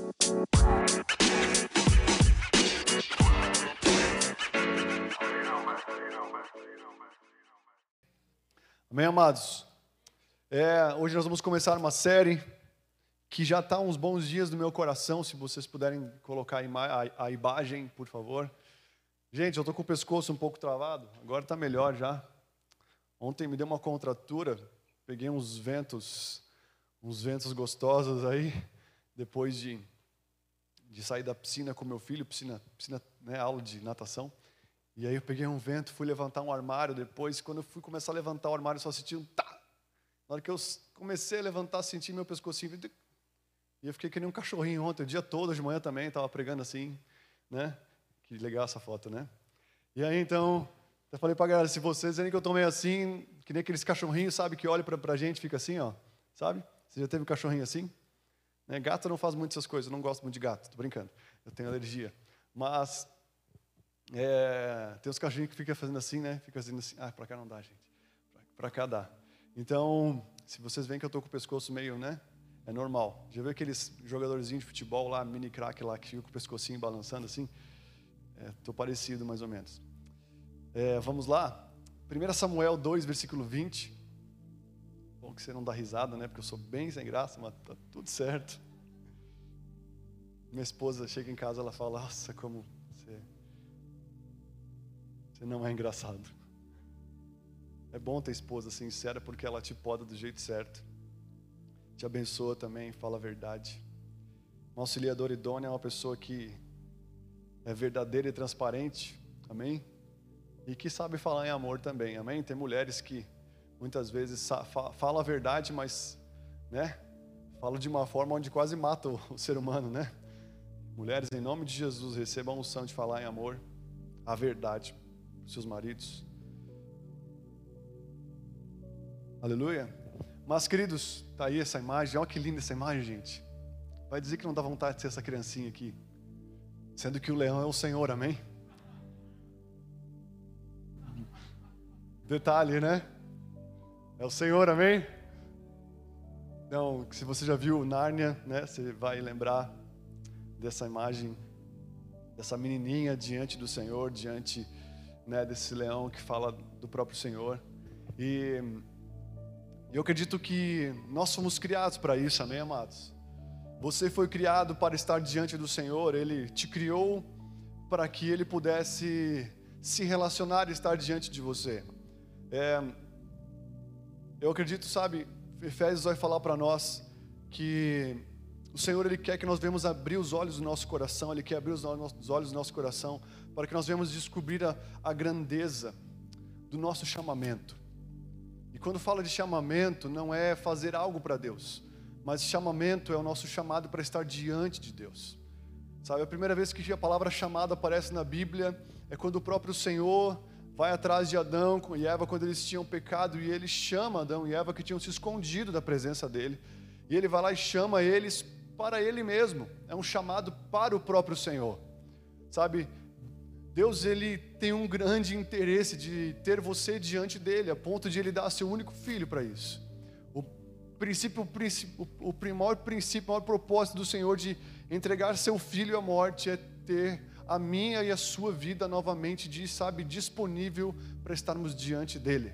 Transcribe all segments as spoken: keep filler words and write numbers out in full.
Amém, amados? É, hoje nós vamos começar uma série que já está uns bons dias no meu coração. Se vocês puderem colocar a, ima a, a imagem, por favor. Gente, eu estou com o pescoço um pouco travado, agora está melhor já. Ontem me deu uma contratura, peguei uns ventos, uns ventos gostosos aí, depois de, de sair da piscina com meu filho, piscina, piscina, né, aula de natação. E aí eu peguei um vento, fui levantar um armário depois. Quando eu fui começar a levantar o armário, eu só senti um tá. Na hora que eu comecei a levantar, senti meu pescocinho. E eu fiquei que nem um cachorrinho ontem, o dia todo, de manhã também, estava pregando assim, né? Que legal essa foto, né? E aí então, eu falei pra galera, se vocês dizerem que eu tô meio assim, que nem aqueles cachorrinhos, sabe, que olham pra, pra gente e fica assim, ó, sabe? Você já teve um cachorrinho assim? Né? Gato não faz muito essas coisas, eu não gosto muito de gato, tô brincando, eu tenho alergia. Mas... É, tem uns cachorrinhos que ficam fazendo assim, né? Fica fazendo assim. Ah, pra cá não dá, gente. Pra, pra cá dá. Então, se vocês veem que eu tô com o pescoço meio, né? É normal. Já viu aqueles jogadorzinhos de futebol lá, mini craque lá, que fica com o pescocinho balançando assim? É, tô parecido, mais ou menos. É, vamos lá? primeiro Samuel dois, versículo vinte. Bom que você não dá risada, né? Porque eu sou bem sem graça, mas tá tudo certo. Minha esposa chega em casa, ela fala, nossa, como você... Você não é engraçado. É bom ter esposa sincera porque ela te poda do jeito certo. Te abençoa também, fala a verdade. Um auxiliador idôneo é uma pessoa que é verdadeira e transparente. Amém? E que sabe falar em amor também. Amém? Tem mulheres que muitas vezes falam a verdade, mas, né? Falam de uma forma onde quase mata o, o ser humano, né? Mulheres, em nome de Jesus, recebam a unção de falar em amor, a verdade. Seus maridos. Aleluia. Mas, queridos, tá aí essa imagem. Olha que linda essa imagem, gente. Vai dizer que não dá vontade de ser essa criancinha aqui, sendo que o leão é o Senhor, amém? Detalhe, né? É o Senhor, amém? Então, se você já viu Nárnia, né? Você vai lembrar dessa imagem, dessa menininha diante do Senhor, diante... Né, desse leão que fala do próprio Senhor. E eu acredito que nós fomos criados para isso, amém, amados? Você foi criado para estar diante do Senhor. Ele te criou para que Ele pudesse se relacionar e estar diante de você. É, eu acredito, sabe, Efésios vai falar para nós que o Senhor, Ele quer que nós venhamos abrir os olhos do nosso coração. Ele quer abrir os olhos do nosso coração para que nós venhamos descobrir a, a grandeza do nosso chamamento. E quando fala de chamamento, não é fazer algo para Deus, mas chamamento é o nosso chamado para estar diante de Deus. Sabe, a primeira vez que a palavra chamado aparece na Bíblia é quando o próprio Senhor vai atrás de Adão e Eva, quando eles tinham pecado, e Ele chama Adão e Eva que tinham se escondido da presença dEle, e Ele vai lá e chama eles para Ele mesmo. É um chamado para o próprio Senhor. Sabe, Deus, Ele tem um grande interesse de ter você diante dEle, a ponto de Ele dar seu único filho para isso. O princípio, o, princípio, o maior princípio, o maior propósito do Senhor de entregar seu filho à morte é ter a minha e a sua vida novamente, de, sabe, disponível para estarmos diante dEle.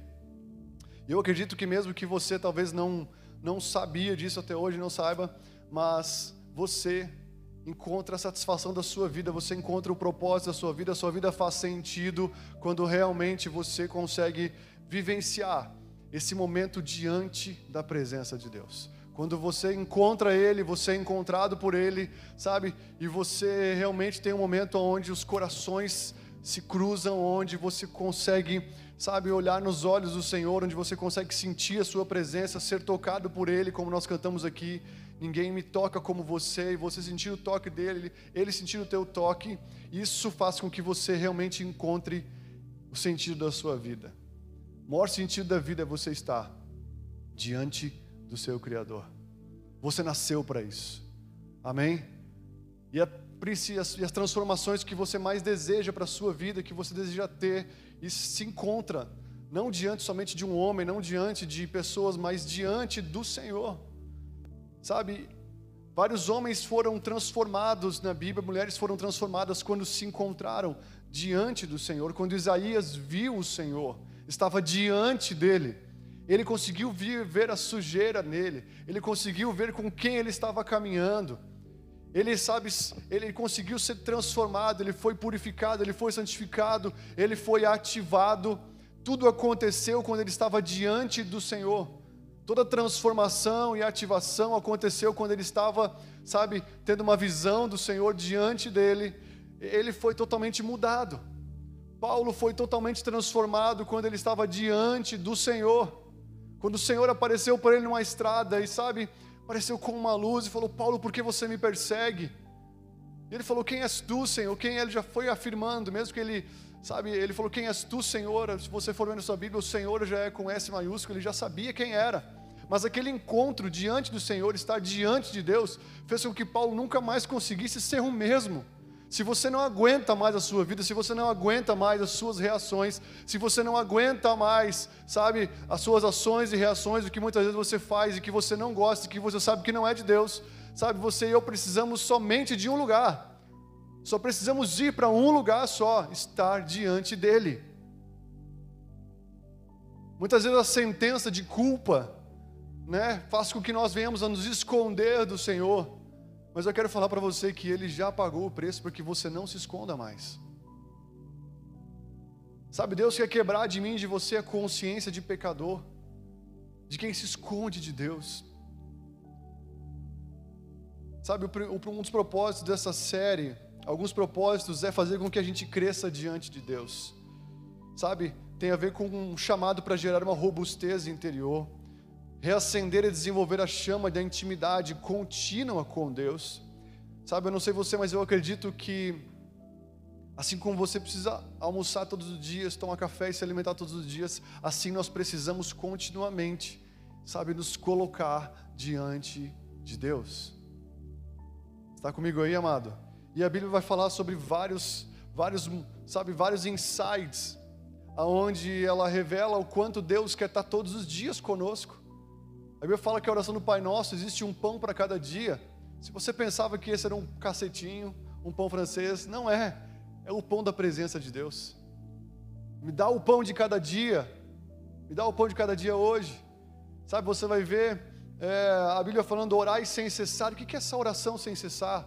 E eu acredito que mesmo que você talvez não, não sabia disso até hoje, não saiba, mas você encontra a satisfação da sua vida, você encontra o propósito da sua vida, a sua vida faz sentido quando realmente você consegue vivenciar esse momento diante da presença de Deus. Quando você encontra Ele, você é encontrado por Ele, sabe? E você realmente tem um momento onde os corações se cruzam, onde você consegue, sabe, olhar nos olhos do Senhor, onde você consegue sentir a sua presença, ser tocado por Ele, como nós cantamos aqui. Ninguém me toca como você, e você sentir o toque dele, ele sentir o teu toque. Isso faz com que você realmente encontre o sentido da sua vida. O maior sentido da vida é você estar diante do seu Criador. Você nasceu para isso. Amém? E, a, e, as, e as transformações que você mais deseja para a sua vida, que você deseja ter, isso se encontra não diante somente de um homem, não diante de pessoas, mas diante do Senhor. Sabe, Vários homens foram transformados na Bíblia, mulheres foram transformadas quando se encontraram diante do Senhor. Quando Isaías viu o Senhor, estava diante dele, ele conseguiu ver a sujeira nele, ele conseguiu ver com quem ele estava caminhando, ele sabe, ele conseguiu ser transformado, ele foi purificado, ele foi santificado, ele foi ativado. Tudo aconteceu quando ele estava diante do Senhor. Toda transformação e ativação aconteceu quando ele estava, sabe, tendo uma visão do Senhor diante dele. Ele foi totalmente mudado. Paulo foi totalmente transformado quando ele estava diante do Senhor. Quando o Senhor apareceu para ele numa estrada e, sabe, apareceu com uma luz e falou: Paulo, por que você me persegue? E ele falou: quem és tu, Senhor? Quem ele já foi afirmando, mesmo que ele, sabe, ele falou: quem és tu, Senhor? Se você for ver na sua Bíblia, o Senhor já é com S maiúsculo, ele já sabia quem era. Mas aquele encontro diante do Senhor, estar diante de Deus, fez com que Paulo nunca mais conseguisse ser o mesmo. Se você não aguenta mais a sua vida, se você não aguenta mais as suas reações, se você não aguenta mais, sabe, as suas ações e reações, o que muitas vezes você faz e que você não gosta, e que você sabe que não é de Deus, sabe, você e eu precisamos somente de um lugar. Só precisamos ir para um lugar só, estar diante dEle. Muitas vezes a sentença de culpa, né, faz com que nós venhamos a nos esconder do Senhor. Mas eu quero falar para você que Ele já pagou o preço para que você não se esconda mais. Sabe, Deus quer quebrar de mim e de você a consciência de pecador, de quem se esconde de Deus. Sabe, um dos propósitos dessa série, alguns propósitos, é fazer com que a gente cresça diante de Deus. Sabe, tem a ver com um chamado para gerar uma robustez interior, reacender e desenvolver a chama da intimidade contínua com Deus. Sabe, eu não sei você, mas eu acredito que assim como você precisa almoçar todos os dias, tomar café e se alimentar todos os dias, assim nós precisamos continuamente, sabe, nos colocar diante de Deus. Está comigo aí, amado? E a Bíblia vai falar sobre vários, vários, sabe, vários insights, aonde ela revela o quanto Deus quer estar todos os dias conosco. A Bíblia fala que a oração do Pai Nosso existe um pão para cada dia. Se você pensava que esse era um cacetinho, um pão francês, não é. É o pão da presença de Deus. Me dá o pão de cada dia. Me dá o pão de cada dia hoje. Sabe, você vai ver é, a Bíblia falando orai sem cessar. O que é essa oração sem cessar?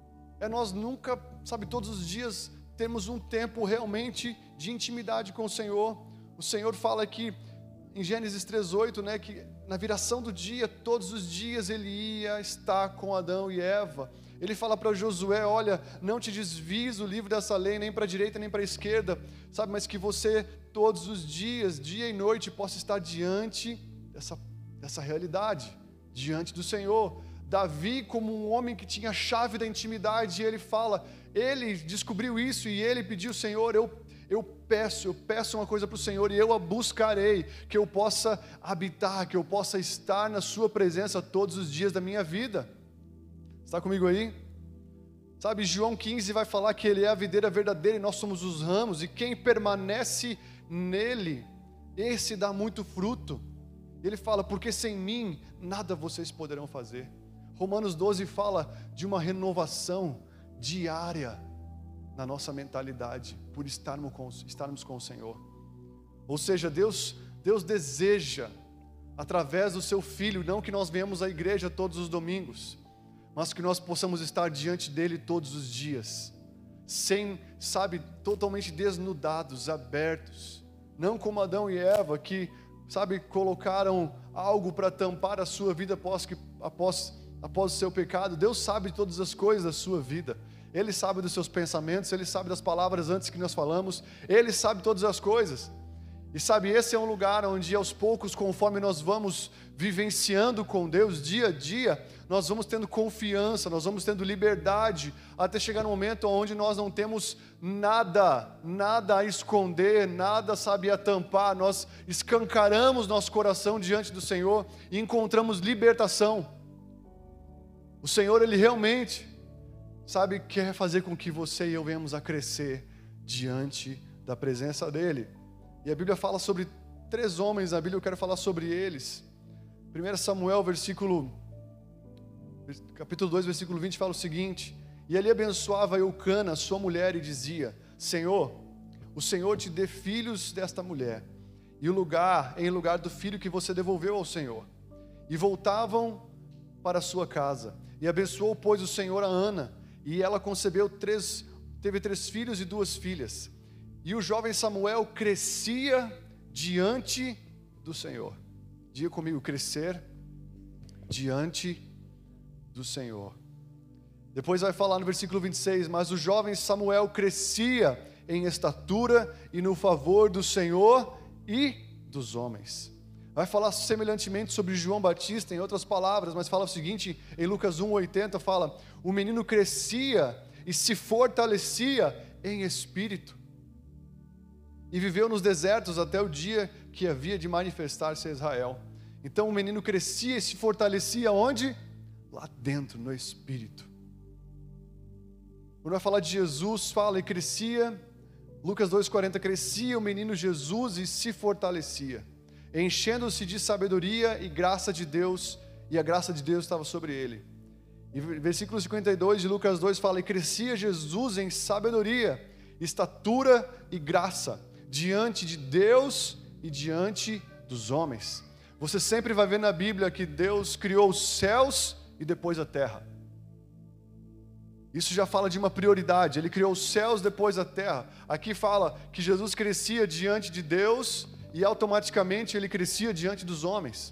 É nós nunca, sabe, todos os dias temos um tempo realmente de intimidade com o Senhor. O Senhor fala aqui em Gênesis três, oito, né, que na viração do dia, todos os dias ele ia estar com Adão e Eva. Ele fala para Josué: olha, não te desvies do livro dessa lei, nem para a direita nem para a esquerda, sabe, mas que você todos os dias, dia e noite, possa estar diante dessa, dessa realidade, diante do Senhor. Davi, como um homem que tinha a chave da intimidade, ele fala, ele descobriu isso e ele pediu: Senhor, eu Eu peço, eu peço uma coisa para o Senhor e eu a buscarei, que eu possa habitar, que eu possa estar na sua presença todos os dias da minha vida. Está comigo aí? Sabe, João quinze vai falar que Ele é a videira verdadeira e nós somos os ramos, e quem permanece nele, esse dá muito fruto. Ele fala: porque sem mim nada vocês poderão fazer. Romanos doze fala de uma renovação diária na nossa mentalidade, por estarmos com, estarmos com o Senhor. Ou seja, Deus, Deus deseja, através do seu Filho, não que nós venhamos à igreja todos os domingos, mas que nós possamos estar diante dEle todos os dias, sem, sabe, totalmente desnudados, abertos, não como Adão e Eva, que, sabe, colocaram algo para tampar a sua vida após, que, após, após o seu pecado. Deus sabe de todas as coisas da sua vida. Ele sabe dos seus pensamentos, Ele sabe das palavras antes que nós falamos, Ele sabe todas as coisas. E sabe, esse é um lugar onde aos poucos, conforme nós vamos vivenciando com Deus dia a dia, nós vamos tendo confiança, nós vamos tendo liberdade, até chegar no momento onde nós não temos nada, nada a esconder, nada, sabe, a tampar. Nós escancaramos nosso coração diante do Senhor e encontramos libertação. O Senhor, Ele realmente, sabe, quer fazer com que você e eu venhamos a crescer diante da presença dEle. E a Bíblia fala sobre três homens na Bíblia, eu quero falar sobre eles. primeiro Samuel, versículo capítulo dois, versículo vinte, fala o seguinte: e ele abençoava Eucana, sua mulher, e dizia: Senhor, o Senhor te dê filhos desta mulher, e o lugar, em lugar do filho que você devolveu ao Senhor. E voltavam para a sua casa. E abençoou, pois, o Senhor a Ana, e ela concebeu três, teve três filhos e duas filhas. E o jovem Samuel crescia diante do Senhor. Diga comigo: crescer diante do Senhor. Depois vai falar no versículo vinte e seis: mas o jovem Samuel crescia em estatura e no favor do Senhor e dos homens. Vai falar semelhantemente sobre João Batista, em outras palavras, mas fala o seguinte, em Lucas um, oitenta, fala: o menino crescia e se fortalecia em espírito, e viveu nos desertos até o dia que havia de manifestar-se a Israel. Então o menino crescia e se fortalecia onde? Lá dentro, no espírito. Quando vai falar de Jesus, fala e crescia, Lucas dois, quarenta, crescia o menino Jesus e se fortalecia, enchendo-se de sabedoria e graça de Deus, e a graça de Deus estava sobre ele. E versículo cinquenta e dois de Lucas dois fala: e crescia Jesus em sabedoria, estatura e graça, diante de Deus e diante dos homens. Você sempre vai ver na Bíblia que Deus criou os céus e depois a terra. Isso já fala de uma prioridade. Ele criou os céus, depois a terra. Aqui fala que Jesus crescia diante de Deus e automaticamente ele crescia diante dos homens.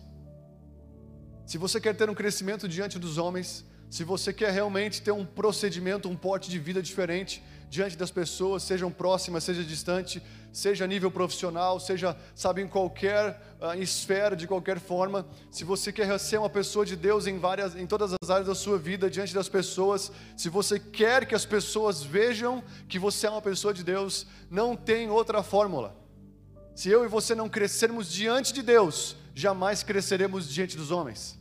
Se você quer ter um crescimento diante dos homens, se você quer realmente ter um procedimento, um porte de vida diferente diante das pessoas, sejam próximas, seja distante, seja a nível profissional, seja, sabe, em qualquer uh, esfera, de qualquer forma, se você quer ser uma pessoa de Deus em várias, em todas as áreas da sua vida, diante das pessoas, se você quer que as pessoas vejam que você é uma pessoa de Deus, não tem outra fórmula. Se eu e você não crescermos diante de Deus, jamais cresceremos diante dos homens.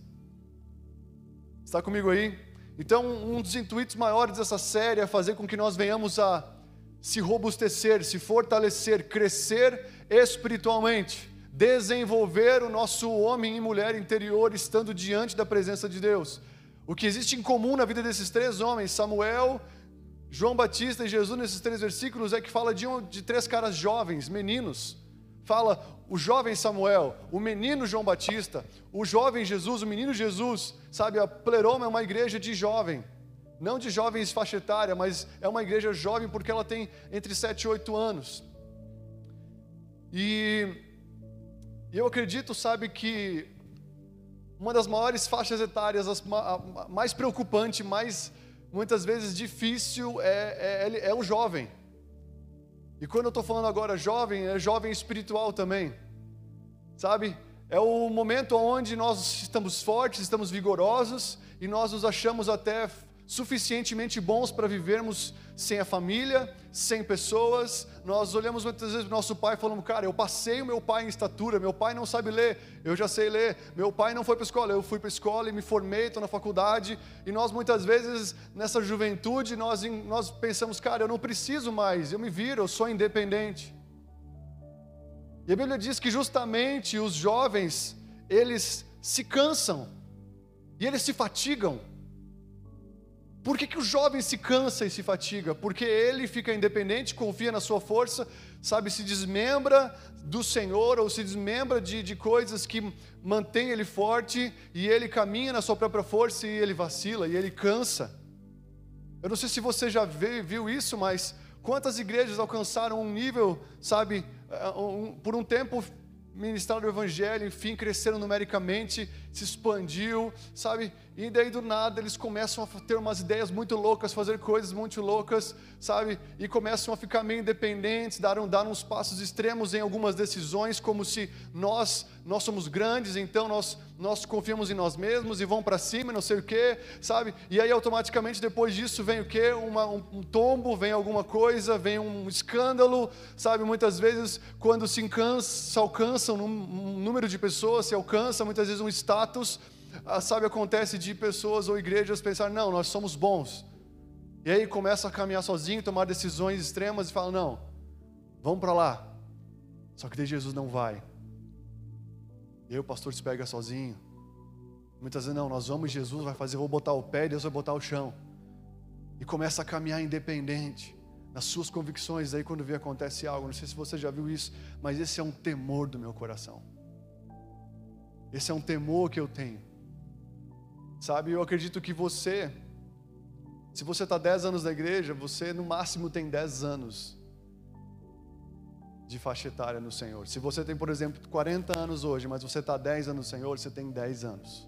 Está comigo aí? Então, um dos intuitos maiores dessa série é fazer com que nós venhamos a se robustecer, se fortalecer, crescer espiritualmente, desenvolver o nosso homem e mulher interior estando diante da presença de Deus. O que existe em comum na vida desses três homens, Samuel, João Batista e Jesus, nesses três versículos, é que fala de, um, de três caras jovens, meninos. Fala o jovem Samuel, o menino João Batista, o jovem Jesus, o menino Jesus. Sabe, a Pleroma é uma igreja de jovem, não de jovens faixa etária, mas é uma igreja jovem porque ela tem entre sete e oito anos. E eu acredito, sabe, que uma das maiores faixas etárias, a mais preocupante, mais muitas vezes difícil, é, é, é o jovem. E quando eu estou falando agora jovem, é jovem espiritual também, sabe? É o momento onde nós estamos fortes, estamos vigorosos e nós nos achamos até suficientemente bons para vivermos sem a família, sem pessoas. Nós olhamos muitas vezes para o nosso pai e falamos: cara, eu passei o meu pai em estatura, meu pai não sabe ler, eu já sei ler, meu pai não foi para a escola, eu fui para a escola e me formei, estou na faculdade. E nós muitas vezes, nessa juventude, nós, nós pensamos: cara, eu não preciso mais, eu me viro, eu sou independente. E a Bíblia diz que justamente os jovens, eles se cansam e eles se fatigam. Por que que o jovem se cansa e se fatiga? Porque ele fica independente, confia na sua força, sabe, se desmembra do Senhor, ou se desmembra de, de coisas que mantém ele forte, e ele caminha na sua própria força, e ele vacila, e ele cansa. Eu não sei se você já viu, viu isso, mas quantas igrejas alcançaram um nível, sabe, um, por um tempo ministraram o evangelho, enfim, cresceram numericamente, se expandiu, sabe, e daí do nada eles começam a ter umas ideias muito loucas, fazer coisas muito loucas, sabe, e começam a ficar meio independentes, dar, um, dar uns passos extremos em algumas decisões, como se nós, nós somos grandes, então nós, nós confiamos em nós mesmos e vão para cima, não sei o que, sabe, e aí automaticamente depois disso vem o que? Uma, um, um tombo, vem alguma coisa, vem um escândalo, sabe, muitas vezes quando se, alcança, se alcança um, um número de pessoas, se alcança muitas vezes um status, sabe, acontece de pessoas ou igrejas pensar: não, nós somos bons, e aí começa a caminhar sozinho, tomar decisões extremas e fala: não, vamos para lá, só que daí Jesus não vai, e aí o pastor se pega sozinho, Muitas vezes não, nós vamos e Jesus vai fazer, vou botar o pé e Deus vai botar o chão. E começa a caminhar independente, nas suas convicções. Aí quando vê acontece algo, não sei se você já viu isso, mas esse é um temor do meu coração. Esse é um temor que eu tenho. Sabe, eu acredito que você, se você está dez anos na igreja, você no máximo tem dez anos de faixa etária no Senhor. Se você tem, por exemplo, quarenta anos hoje, mas você está dez anos no Senhor, você tem dez anos.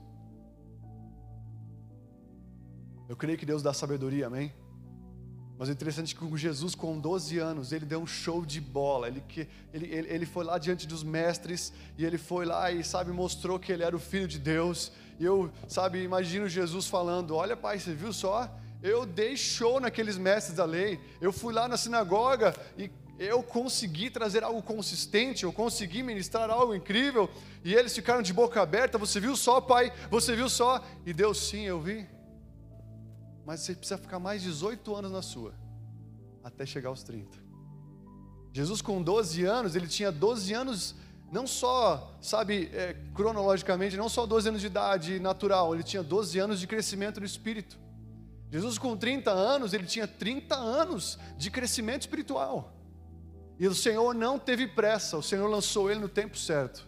Eu creio que Deus dá sabedoria, amém? Mas o interessante é que com Jesus, com doze anos, ele deu um show de bola. Ele, ele, ele, ele foi lá diante dos mestres, e ele foi lá e, sabe, mostrou que ele era o Filho de Deus. E eu, sabe, imagino Jesus falando, olha pai, você viu só? Eu dei show naqueles mestres da lei. Eu fui lá na sinagoga e eu consegui trazer algo consistente, eu consegui ministrar algo incrível, e eles ficaram de boca aberta. Você viu só, pai? Você viu só? E Deus, sim, eu vi. Mas você precisa ficar mais dezoito anos na sua, até chegar aos trinta. Jesus com doze anos, ele tinha doze anos, não só, sabe, é, cronologicamente, não só doze anos de idade natural, ele tinha doze anos de crescimento no Espírito. Jesus com trinta anos, ele tinha trinta anos de crescimento espiritual. E o Senhor não teve pressa, o Senhor lançou ele no tempo certo.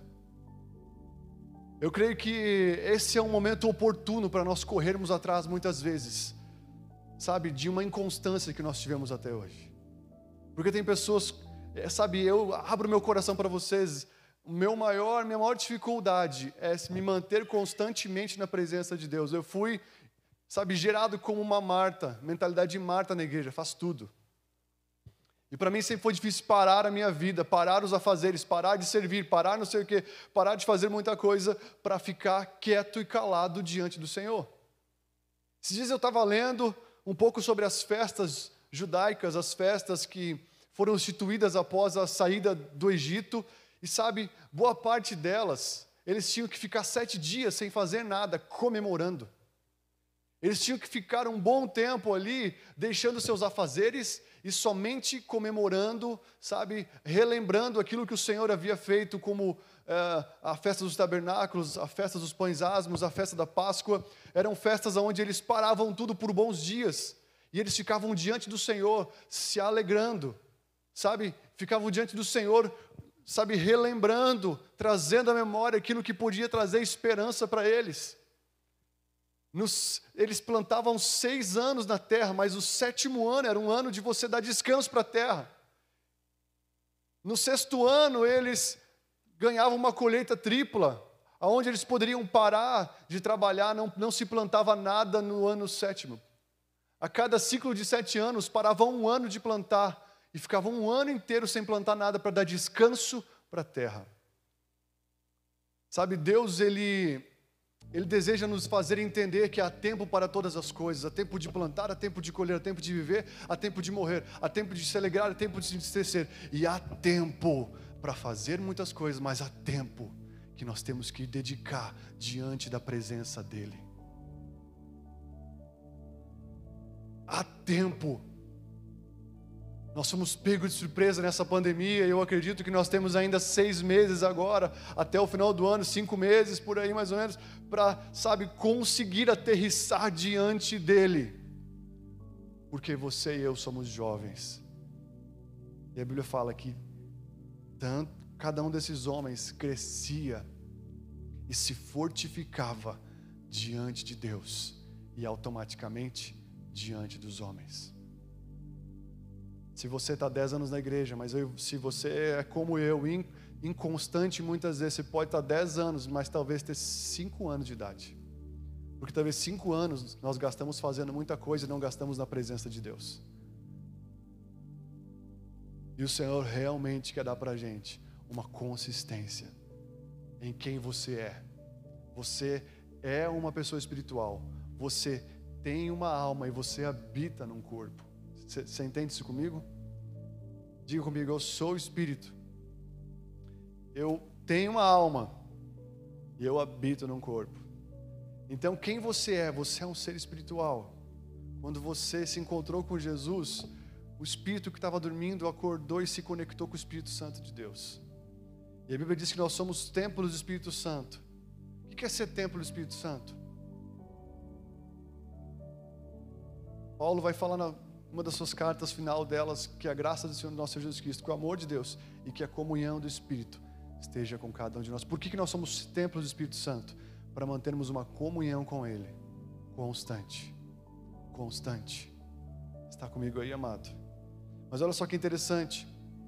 Eu creio que esse é um momento oportuno para nós corrermos atrás muitas vezes, sabe, de uma inconstância que nós tivemos até hoje. Porque tem pessoas, sabe, eu abro meu coração para vocês, o meu maior, minha maior dificuldade é me manter constantemente na presença de Deus. Eu fui, sabe, gerado como uma Marta, mentalidade de Marta na igreja, faz tudo. E para mim sempre foi difícil parar a minha vida, parar os afazeres, parar de servir, parar não sei o quê, parar de fazer muita coisa para ficar quieto e calado diante do Senhor. Esses dias eu estava lendo um pouco sobre as festas judaicas, as festas que foram instituídas após a saída do Egito, e sabe, boa parte delas, eles tinham que ficar sete dias sem fazer nada, comemorando. Eles tinham que ficar um bom tempo ali, deixando seus afazeres e somente comemorando, sabe, relembrando aquilo que o Senhor havia feito, como eh, a festa dos tabernáculos, a festa dos pães asmos, a festa da Páscoa. Eram festas onde eles paravam tudo por bons dias, e eles ficavam diante do Senhor, se alegrando, sabe, ficavam diante do Senhor, sabe, relembrando, trazendo à memória aquilo que podia trazer esperança para eles. Nos, eles plantavam seis anos na terra, mas o sétimo ano era um ano de você dar descanso para a terra. No sexto ano, eles ganhavam uma colheita tripla, onde eles poderiam parar de trabalhar, não, não se plantava nada no ano sétimo. A cada ciclo de sete anos, paravam um ano de plantar, e ficavam um ano inteiro sem plantar nada para dar descanso para a terra. Sabe, Deus, Ele... Ele deseja nos fazer entender que há tempo para todas as coisas. Há tempo de plantar, há tempo de colher, há tempo de viver, há tempo de morrer, há tempo de se alegrar, há tempo de se entristecer. E há tempo para fazer muitas coisas, mas há tempo que nós temos que dedicar diante da presença dEle. Há tempo. Nós fomos pegos de surpresa nessa pandemia, e eu acredito que nós temos ainda seis meses agora, até o final do ano, cinco meses por aí mais ou menos, para, sabe, conseguir aterrissar diante dEle. Porque você e eu somos jovens. E a Bíblia fala que tanto, cada um desses homens crescia e se fortificava diante de Deus e automaticamente diante dos homens. Se você está dez anos na igreja, mas eu, se você é como eu, inconstante muitas vezes, você pode estar dez anos, mas talvez ter cinco anos de idade. Porque talvez cinco anos nós gastamos fazendo muita coisa e não gastamos na presença de Deus. E o Senhor realmente quer dar para a gente uma consistência em quem você é. Você é uma pessoa espiritual, você tem uma alma e você habita num corpo. Você entende isso comigo? Diga comigo, eu sou o Espírito. Eu tenho uma alma e eu habito num corpo. Então quem você é? Você é um ser espiritual. Quando você se encontrou com Jesus, o Espírito que estava dormindo acordou e se conectou com o Espírito Santo de Deus. E a Bíblia diz que nós somos templos do Espírito Santo. O que é ser templo do Espírito Santo? Paulo vai falar na uma das suas cartas final delas, que a graça do Senhor nosso Senhor Jesus Cristo, que o amor de Deus e que a comunhão do Espírito esteja com cada um de nós. Por que que nós somos templos do Espírito Santo? Para mantermos uma comunhão com Ele, constante, constante. Está comigo aí, amado? Mas olha só que interessante,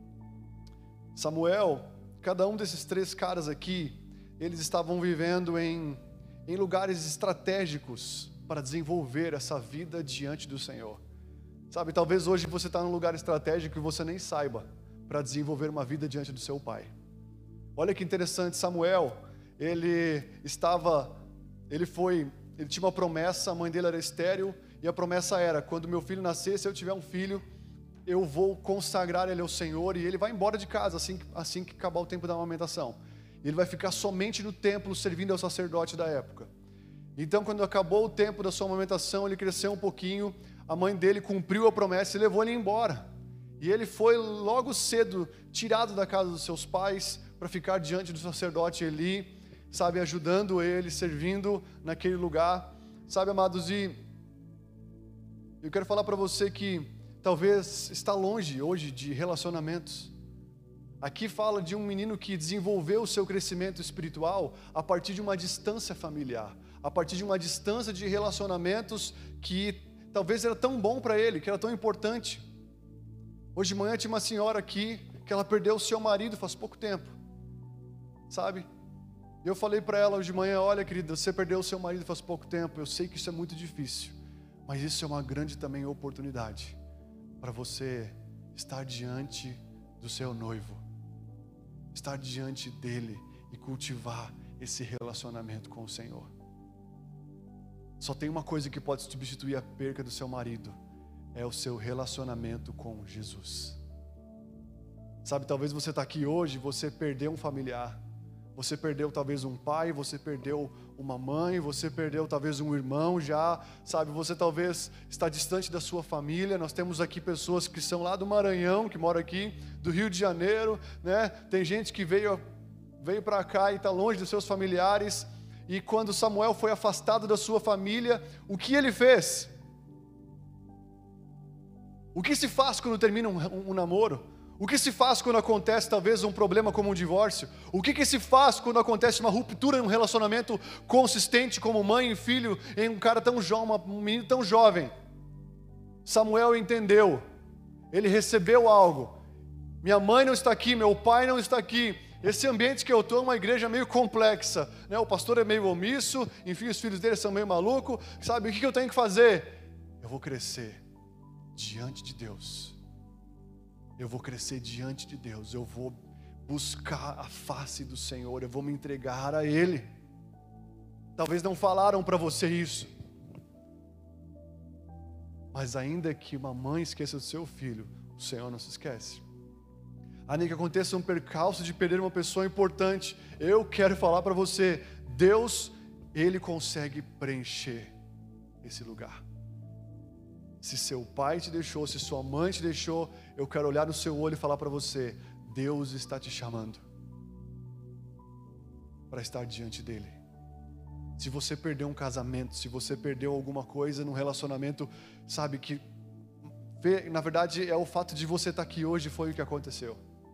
Samuel, cada um desses três caras aqui, eles estavam vivendo em, em lugares estratégicos para desenvolver essa vida diante do Senhor. Sabe, talvez hoje você está num lugar estratégico e você nem saiba, para desenvolver uma vida diante do seu pai. Olha que interessante, Samuel, ele estava, ele foi, ele tinha uma promessa, a mãe dele era estéril, e a promessa era, quando meu filho nascer, se eu tiver um filho, eu vou consagrar ele ao Senhor, e ele vai embora de casa, assim, assim que acabar o tempo da amamentação. Ele vai ficar somente no templo, servindo ao sacerdote da época. Então, quando acabou o tempo da sua amamentação, ele cresceu um pouquinho, a mãe dele cumpriu a promessa e levou ele embora. E ele foi logo cedo tirado da casa dos seus pais para ficar diante do sacerdote Eli, sabe, ajudando ele, servindo naquele lugar. Sabe, amados, e eu quero falar para você que talvez está longe hoje de relacionamentos. Aqui fala de um menino que desenvolveu o seu crescimento espiritual a partir de uma distância familiar, a partir de uma distância de relacionamentos que talvez era tão bom para ele, que era tão importante. Hoje de manhã tinha uma senhora aqui, que ela perdeu o seu marido faz pouco tempo, sabe? Eu falei para ela hoje de manhã, olha querida, você perdeu o seu marido faz pouco tempo, eu sei que isso é muito difícil, mas isso é uma grande também oportunidade, para você estar diante do seu noivo, estar diante dele e cultivar esse relacionamento com o Senhor. Só tem uma coisa que pode substituir a perca do seu marido, é o seu relacionamento com Jesus. Sabe, talvez você está aqui hoje, você perdeu um familiar, você perdeu talvez um pai, você perdeu uma mãe, você perdeu talvez um irmão já, sabe, você talvez está distante da sua família. Nós temos aqui pessoas que são lá do Maranhão, que moram aqui, do Rio de Janeiro, né? Tem gente que veio, veio para cá e está longe dos seus familiares. E quando Samuel foi afastado da sua família, o que ele fez? O que se faz quando termina um, um, um namoro? O que se faz quando acontece talvez um problema como um divórcio? O que, que se faz quando acontece uma ruptura em um relacionamento consistente como mãe e filho em um cara tão jovem, um menino tão jovem? Samuel entendeu, ele recebeu algo. Minha mãe não está aqui, meu pai não está aqui. Esse ambiente que eu estou é uma igreja meio complexa, né? O pastor é meio omisso, enfim, os filhos dele são meio malucos, sabe, o que eu tenho que fazer? Eu vou crescer diante de Deus, eu vou crescer diante de Deus, eu vou buscar a face do Senhor, eu vou me entregar a Ele. Talvez não falaram para você isso, mas ainda que uma mãe esqueça do seu filho, o Senhor não se esquece. Ainda que aconteça um percalço de perder uma pessoa importante, eu quero falar para você, Deus, Ele consegue preencher esse lugar. Se seu pai te deixou, se sua mãe te deixou, eu quero olhar no seu olho e falar para você, Deus está te chamando para estar diante dEle. Se você perdeu um casamento, se você perdeu alguma coisa num relacionamento, sabe que, na verdade, é o fato de você estar aqui hoje foi o que aconteceu.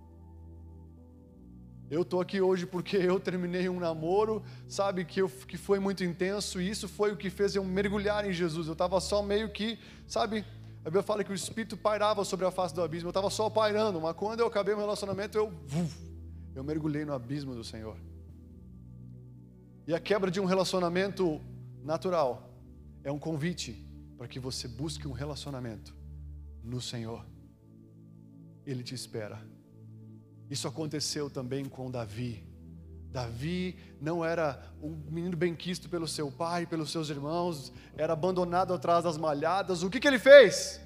Eu estou aqui hoje porque eu terminei um namoro, sabe, que, eu, que foi muito intenso, e isso foi o que fez eu mergulhar em Jesus. Eu estava só meio que, sabe, a Bíblia fala que o Espírito pairava sobre a face do abismo, eu estava só pairando, mas quando eu acabei meu relacionamento, eu, eu mergulhei no abismo do Senhor. E a quebra de um relacionamento natural é um convite para que você busque um relacionamento no Senhor. Ele te espera. Isso aconteceu também com Davi. Davi não era um menino benquisto pelo seu pai, pelos seus irmãos, era abandonado atrás das malhadas. O que que ele fez?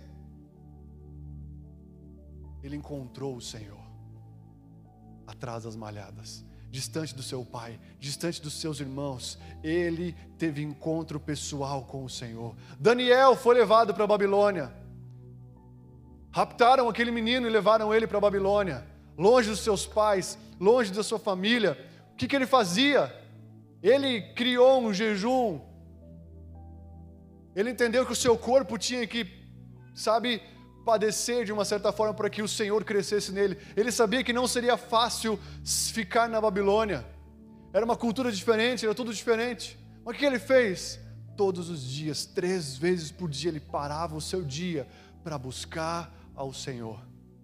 Ele encontrou o Senhor atrás das malhadas, distante do seu pai, distante dos seus irmãos. Ele teve encontro pessoal com o Senhor. Daniel foi levado para a Babilônia. Raptaram aquele menino e levaram ele para a Babilônia, longe dos seus pais, longe da sua família. O que que ele fazia? Ele criou um jejum. Ele entendeu que o seu corpo tinha que sabe, padecer de uma certa forma para que o Senhor crescesse nele. Ele sabia que não seria fácil ficar na Babilônia. Era uma cultura diferente, era tudo diferente. Mas o que ele fez? Todos os dias, três vezes por dia, ele parava o seu dia para buscar ao Senhor.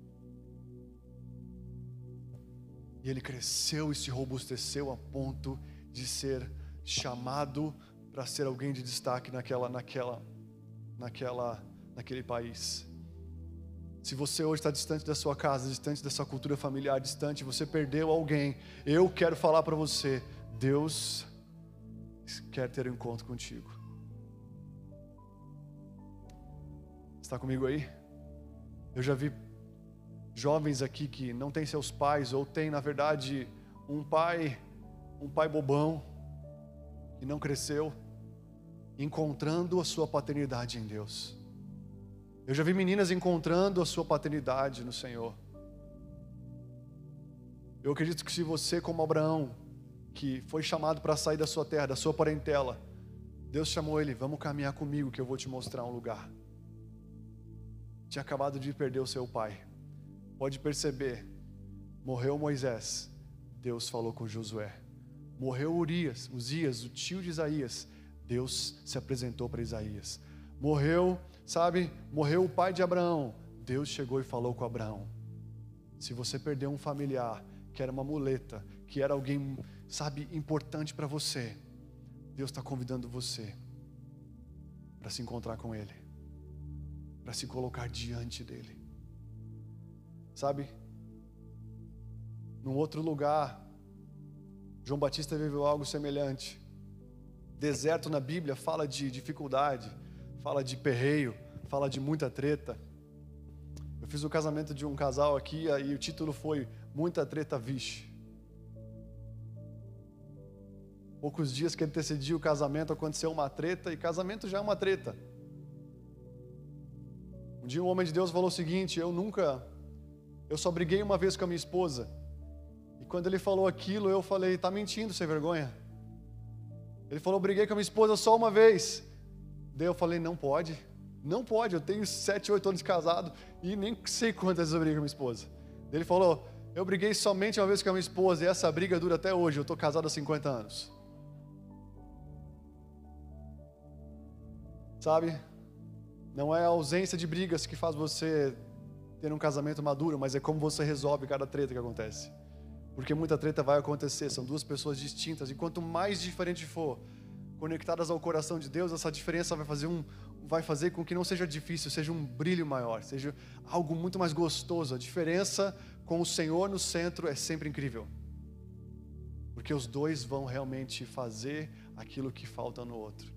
E ele cresceu e se robusteceu a ponto de ser chamado para ser alguém de destaque naquela, naquela, naquela, naquele país. Se você hoje está distante da sua casa, distante da sua cultura familiar, distante, você perdeu alguém, eu quero falar para você, Deus quer ter um encontro contigo. Está comigo aí? Eu já vi jovens aqui que não têm seus pais, ou têm na verdade um pai, um pai bobão, que não cresceu, encontrando a sua paternidade em Deus. Eu já vi meninas encontrando a sua paternidade no Senhor. Eu acredito que se você, como Abraão, que foi chamado para sair da sua terra, da sua parentela, Deus chamou ele, vamos caminhar comigo que eu vou te mostrar um lugar. Tinha acabado de perder o seu pai. Pode perceber, morreu Moisés, Deus falou com Josué. Morreu Urias, Uzias, o tio de Isaías, Deus se apresentou para Isaías. Morreu, sabe, morreu o pai de Abraão, Deus chegou e falou com Abraão. Se você perdeu um familiar, que era uma muleta, que era alguém, sabe, importante para você, Deus está convidando você para se encontrar com Ele, para se colocar diante dEle. Sabe, num outro lugar, João Batista viveu algo semelhante. Deserto na Bíblia fala de dificuldade, fala de perreio, fala de muita treta. Eu fiz o casamento de um casal aqui e o título foi Muita Treta Vixe. Poucos dias que antecedia o casamento aconteceu uma treta, e casamento já é uma treta. Um dia um homem de Deus falou o seguinte, eu nunca, eu só briguei uma vez com a minha esposa. E quando ele falou aquilo, eu falei, tá mentindo, sem vergonha. Ele falou, briguei com a minha esposa só uma vez. Daí eu falei, não pode, não pode, eu tenho sete, oito anos de casado e nem sei quantas vezes eu briguei com a minha esposa. Daí ele falou, eu briguei somente uma vez com a minha esposa e essa briga dura até hoje, eu estou casado há cinquenta anos. Sabe, não é a ausência de brigas que faz você ter um casamento maduro, mas é como você resolve cada treta que acontece. Porque muita treta vai acontecer, são duas pessoas distintas, e quanto mais diferente for, conectadas ao coração de Deus, essa diferença vai fazer, um, vai fazer com que não seja difícil, seja um brilho maior, seja algo muito mais gostoso. A diferença com o Senhor no centro é sempre incrível, porque os dois vão realmente fazer aquilo que falta no outro.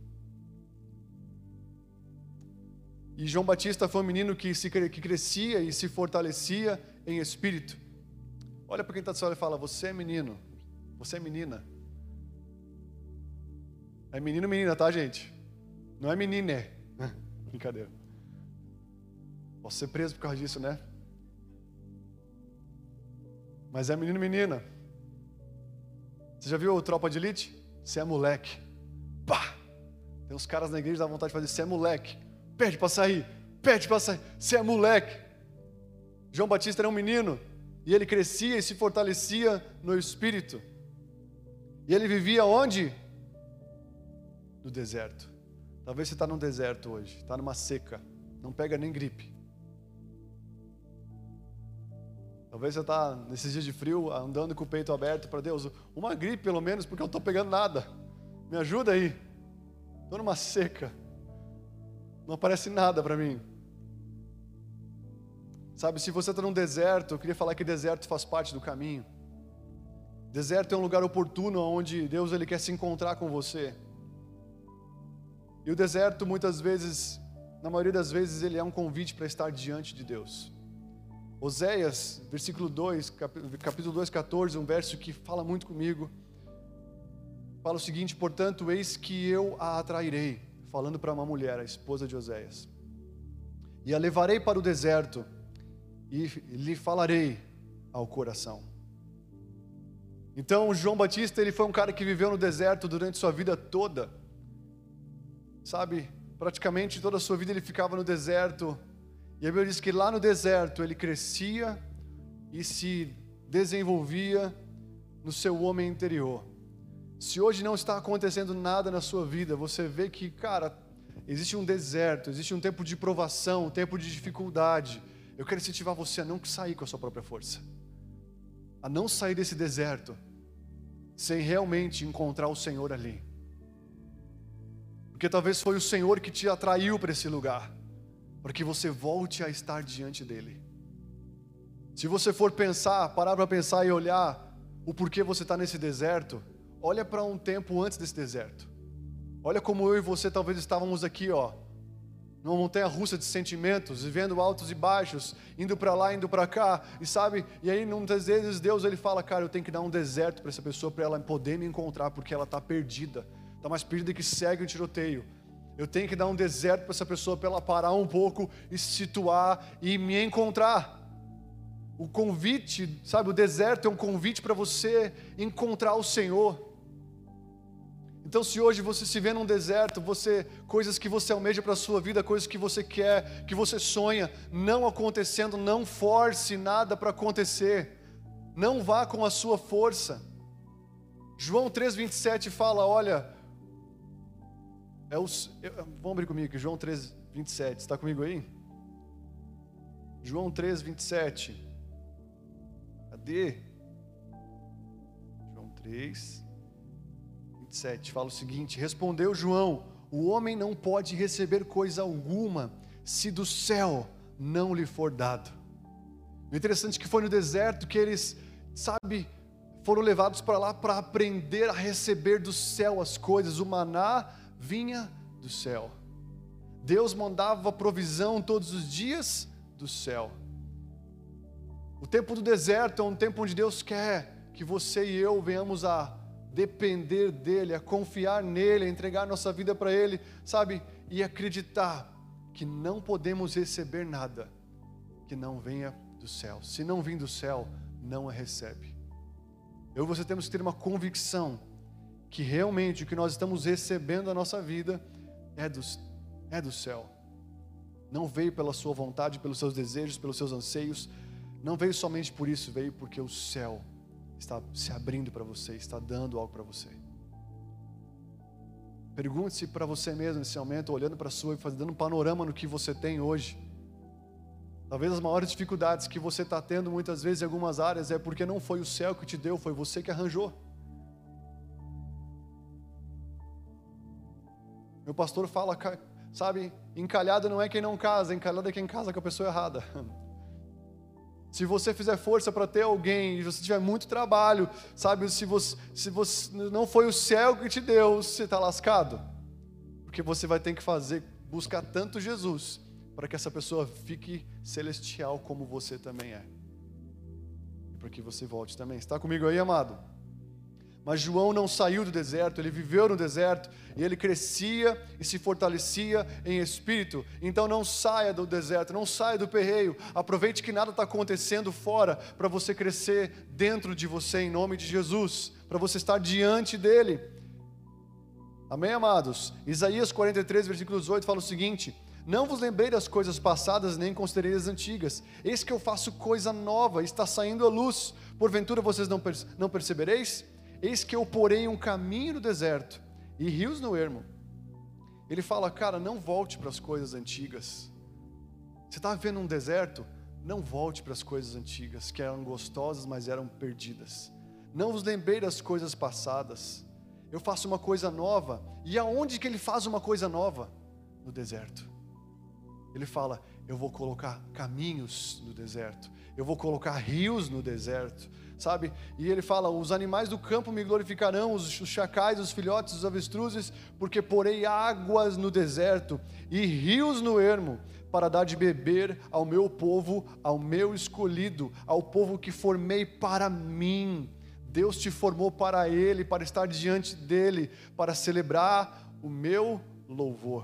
E João Batista foi um menino que, se, que crescia e se fortalecia em espírito. Olha para quem está do seu lado e fala, você é menino, você é menina. É menino ou menina, tá, gente? Não é menina. Brincadeira. Posso ser preso por causa disso, né? Mas é menino e menina. Você já viu o Tropa de Elite? Você é moleque. Pá! Tem uns caras na igreja que dá vontade de fazer, você é moleque. Pede para sair, pede para sair. Você é moleque. João Batista era um menino. E ele crescia e se fortalecia no espírito. E ele vivia onde? No deserto. Talvez você está num deserto hoje, está numa seca, não pega nem gripe. Talvez você está nesses dias de frio, andando com o peito aberto para Deus, uma gripe pelo menos, porque eu não estou pegando nada. Me ajuda aí. Estou numa seca. Não aparece nada para mim. Sabe, se você está num deserto, eu queria falar que deserto faz parte do caminho. Deserto é um lugar oportuno onde Deus ele quer se encontrar com você. E o deserto muitas vezes, na maioria das vezes, ele é um convite para estar diante de Deus. Oséias, versículo dois, capítulo dois, quatorze, um verso que fala muito comigo. Fala o seguinte, portanto, eis que eu a atrairei, falando para uma mulher, a esposa de Oséias. E a levarei para o deserto, e lhe falarei ao coração. Então, João Batista, ele foi um cara que viveu no deserto durante sua vida toda. Sabe, praticamente toda a sua vida ele ficava no deserto, E a Bíblia diz que lá no deserto ele crescia e se desenvolvia no seu homem interior. Se hoje não está acontecendo nada na sua vida, você vê que, cara, existe um deserto, existe um tempo de provação, um tempo de dificuldade. Eu quero incentivar você a não sair com a sua própria força, a não sair desse deserto sem realmente encontrar o Senhor ali. Porque talvez foi o Senhor que te atraiu para esse lugar, para que você volte a estar diante dEle. Se você for pensar, parar para pensar e olhar o porquê você está nesse deserto, olha para um tempo antes desse deserto. Olha como eu e você talvez estávamos aqui, ó, numa montanha-russa de sentimentos, vivendo altos e baixos, indo para lá, indo para cá, e sabe, e aí muitas vezes Deus ele fala, cara, eu tenho que dar um deserto para essa pessoa, para ela poder me encontrar, porque ela está perdida, está mais perdida que segue um tiroteio. Eu tenho que dar um deserto para essa pessoa, para ela parar um pouco e se situar e me encontrar. O convite, sabe, o deserto é um convite para você encontrar o Senhor. Então se hoje você se vê num deserto, você, coisas que você almeja para a sua vida, coisas que você quer, que você sonha, não acontecendo, não force nada para acontecer. Não vá com a sua força. João três, vinte e sete fala, olha, é os, eu, vamos abrir comigo aqui, João três, vinte e sete, está comigo aí? João três, vinte e sete. Cadê? João três, vinte e sete, fala o seguinte, respondeu João, o homem não pode receber coisa alguma, se do céu não lhe for dado. O interessante é que foi no deserto que eles, sabe, foram levados para lá para aprender a receber do céu as coisas, o maná vinha do céu. Deus mandava provisão todos os dias do céu. O tempo do deserto é um tempo onde Deus quer que você e eu venhamos a depender dEle, a confiar nele, a entregar nossa vida para Ele, sabe? E acreditar que não podemos receber nada que não venha do céu. Se não vir do céu, não a recebe. Eu e você temos que ter uma convicção que realmente o que nós estamos recebendo na nossa vida é do, é do céu. Não veio pela sua vontade, pelos seus desejos, pelos seus anseios. Não veio somente por isso, veio porque o céu está se abrindo para você, está dando algo para você. Pergunte-se para você mesmo nesse momento, olhando para a sua e fazendo um panorama no que você tem hoje. Talvez as maiores dificuldades que você está tendo muitas vezes em algumas áreas é porque não foi o céu que te deu, foi você que arranjou. Meu pastor fala, sabe, encalhado não é quem não casa, encalhado é quem casa com a pessoa errada. Se você fizer força para ter alguém, e você tiver muito trabalho, sabe, se você, se você não foi o céu que te deu, você está lascado. Porque você vai ter que fazer, buscar tanto Jesus, para que essa pessoa fique celestial como você também é. E para que você volte também. Está comigo aí, amado? Mas João não saiu do deserto, ele viveu no deserto, e ele crescia e se fortalecia em espírito. Então não saia do deserto, não saia do perreio, aproveite que nada está acontecendo fora, para você crescer dentro de você, em nome de Jesus, para você estar diante dele. Amém, amados? Isaías quarenta e três, versículos oito, fala o seguinte, não vos lembrei das coisas passadas, nem considerei as antigas, eis que eu faço coisa nova, está saindo a luz, porventura vocês não, perce- não percebereis? Eis que eu porei um caminho no deserto e rios no ermo. Ele fala, cara, não volte para as coisas antigas. Você está vivendo um deserto? Não volte para as coisas antigas, que eram gostosas, mas eram perdidas. Não vos lembrei das coisas passadas. Eu faço uma coisa nova. E aonde que ele faz uma coisa nova? No deserto. Ele fala, eu vou colocar caminhos no deserto. Eu vou colocar rios no deserto. Sabe, e ele fala, os animais do campo me glorificarão, os chacais, os filhotes, os avestruzes, porque porei águas no deserto e rios no ermo, para dar de beber ao meu povo, ao meu escolhido, ao povo que formei para mim. Deus te formou para Ele, para estar diante dEle, para celebrar o meu louvor.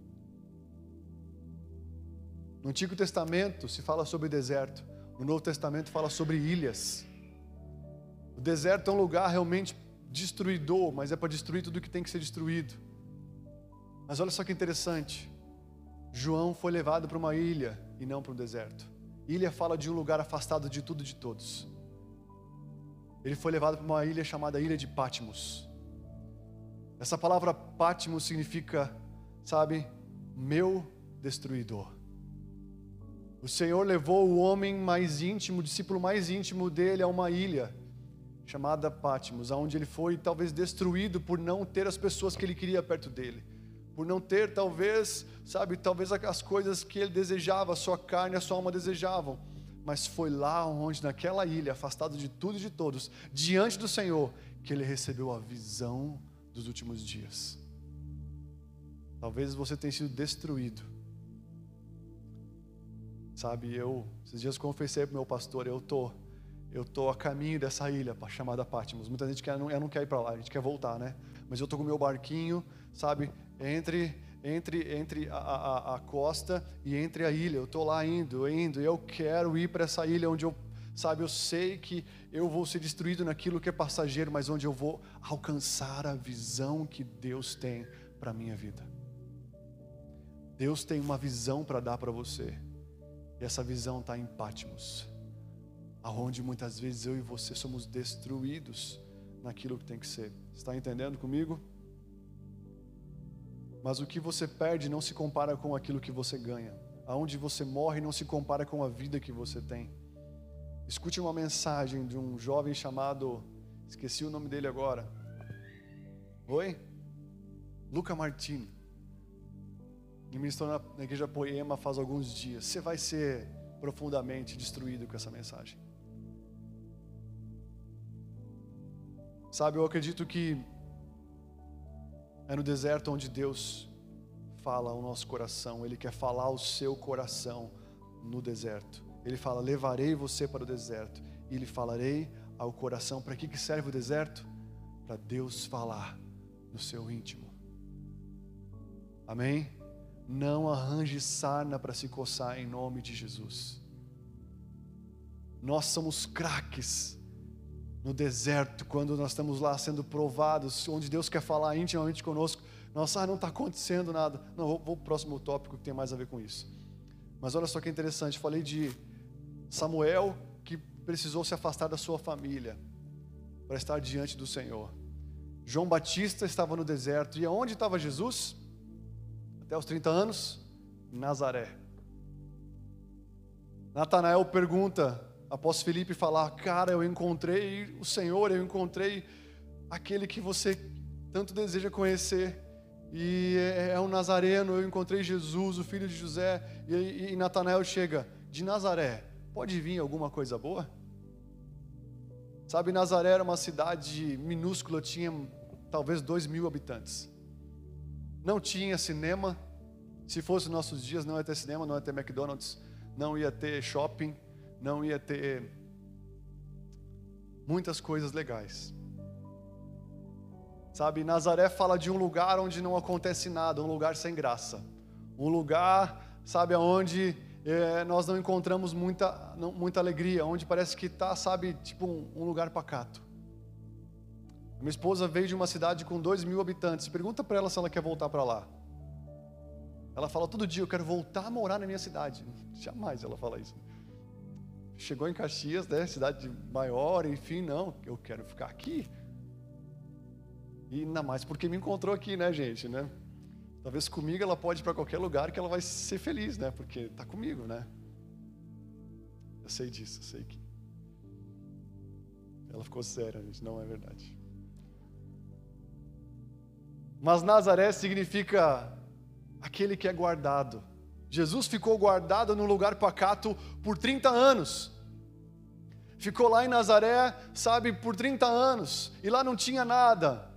No Antigo Testamento se fala sobre deserto, no Novo Testamento fala sobre ilhas. O deserto é um lugar realmente destruidor, mas é para destruir tudo que tem que ser destruído. Mas olha só que interessante, João foi levado para uma ilha, e não para um deserto. Ilha fala de um lugar afastado de tudo e de todos. Ele foi levado para uma ilha chamada Ilha de Patmos. Essa palavra Patmos significa, sabe, meu destruidor. O Senhor levou o homem mais íntimo, o discípulo mais íntimo dele a uma ilha chamada Patmos, aonde ele foi talvez destruído por não ter as pessoas que ele queria perto dele, por não ter talvez, sabe, talvez as coisas que ele desejava, a sua carne e a sua alma desejavam, mas foi lá onde, naquela ilha, afastado de tudo e de todos, diante do Senhor, que ele recebeu a visão dos últimos dias. Talvez você tenha sido destruído. Sabe, eu, esses dias confessei para o meu pastor, eu tô, eu tô a caminho dessa ilha chamada Patmos. Muita gente quer, não, eu não quer ir para lá, a gente quer voltar, né? Mas eu tô com o meu barquinho, sabe, entre, entre, entre a, a, a costa e entre a ilha. Eu tô lá indo, indo, e eu quero ir para essa ilha onde eu, sabe, eu sei que eu vou ser destruído naquilo que é passageiro, mas onde eu vou alcançar a visão que Deus tem para a minha vida. Deus tem uma visão para dar para você. E essa visão está em Patmos, aonde muitas vezes eu e você somos destruídos naquilo que tem que ser. Está entendendo comigo? Mas o que você perde não se compara com aquilo que você ganha. Aonde você morre não se compara com a vida que você tem. Escute uma mensagem de um jovem chamado, esqueci o nome dele agora. Oi? Luca Martini. Ele ministrou na, na igreja Poema faz alguns dias. Você vai ser profundamente destruído com essa mensagem. Sabe, eu acredito que é no deserto onde Deus fala ao nosso coração. Ele quer falar ao seu coração no deserto. Ele fala, levarei você para o deserto e lhe falarei ao coração. Para que que serve o deserto? Para Deus falar no seu íntimo. Amém? Não arranje sarna para se coçar em nome de Jesus. Nós somos craques no deserto, quando nós estamos lá sendo provados, onde Deus quer falar intimamente conosco. Nossa, ah, não está acontecendo nada. Não, vou, vou para o próximo tópico que tem mais a ver com isso. Mas olha só que interessante, falei de Samuel que precisou se afastar da sua família para estar diante do Senhor. João Batista estava no deserto. E aonde estava Jesus? Até os trinta anos, Nazaré. Natanael pergunta, após Filipe falar, cara, eu encontrei o Senhor, eu encontrei aquele que você tanto deseja conhecer, e é um nazareno, eu encontrei Jesus, o filho de José, e, e Natanael chega, de Nazaré, pode vir alguma coisa boa? Sabe, Nazaré era uma cidade minúscula, tinha talvez dois mil habitantes. Não tinha cinema. Se fosse nossos dias, não ia ter cinema, não ia ter McDonald's, não ia ter shopping, não ia ter muitas coisas legais. Sabe, Nazaré fala de um lugar onde não acontece nada, um lugar sem graça. Um lugar, sabe, onde é, nós não encontramos muita, não, muita alegria, onde parece que está, sabe, tipo um, um lugar pacato. Minha esposa veio de uma cidade com dois mil habitantes. Pergunta para ela se ela quer voltar para lá. Ela fala todo dia, eu quero voltar a morar na minha cidade. Jamais ela fala isso. Chegou em Caxias, né, cidade maior, enfim, não, eu quero ficar aqui. E ainda mais porque me encontrou aqui, né, gente, né? Talvez comigo ela pode ir para qualquer lugar que ela vai ser feliz, né? Porque está comigo, né? Eu sei disso, eu sei que... Ela ficou séria, gente, não é verdade. Mas Nazaré significa aquele que é guardado. Jesus ficou guardado num lugar pacato por trinta anos. Ficou lá em Nazaré, sabe, por trinta anos. E lá não tinha nada.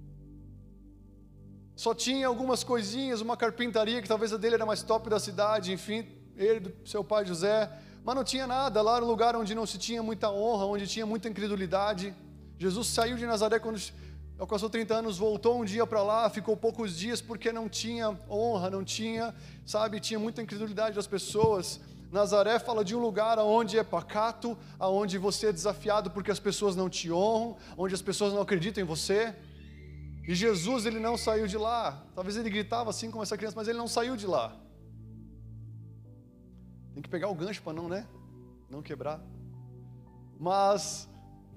Só tinha algumas coisinhas, uma carpintaria, que talvez a dele era mais top da cidade, enfim, ele, do seu pai José. Mas não tinha nada. Lá era um lugar onde não se tinha muita honra, onde tinha muita incredulidade. Jesus saiu de Nazaré quando alcançou trinta anos, voltou um dia para lá, ficou poucos dias porque não tinha honra, não tinha, sabe, tinha muita incredulidade das pessoas. Nazaré fala de um lugar onde é pacato, onde você é desafiado porque as pessoas não te honram, onde as pessoas não acreditam em você. E Jesus, ele não saiu de lá. Talvez ele gritava assim como essa criança, mas ele não saiu de lá. Tem que pegar o gancho para não, né? Não quebrar. Mas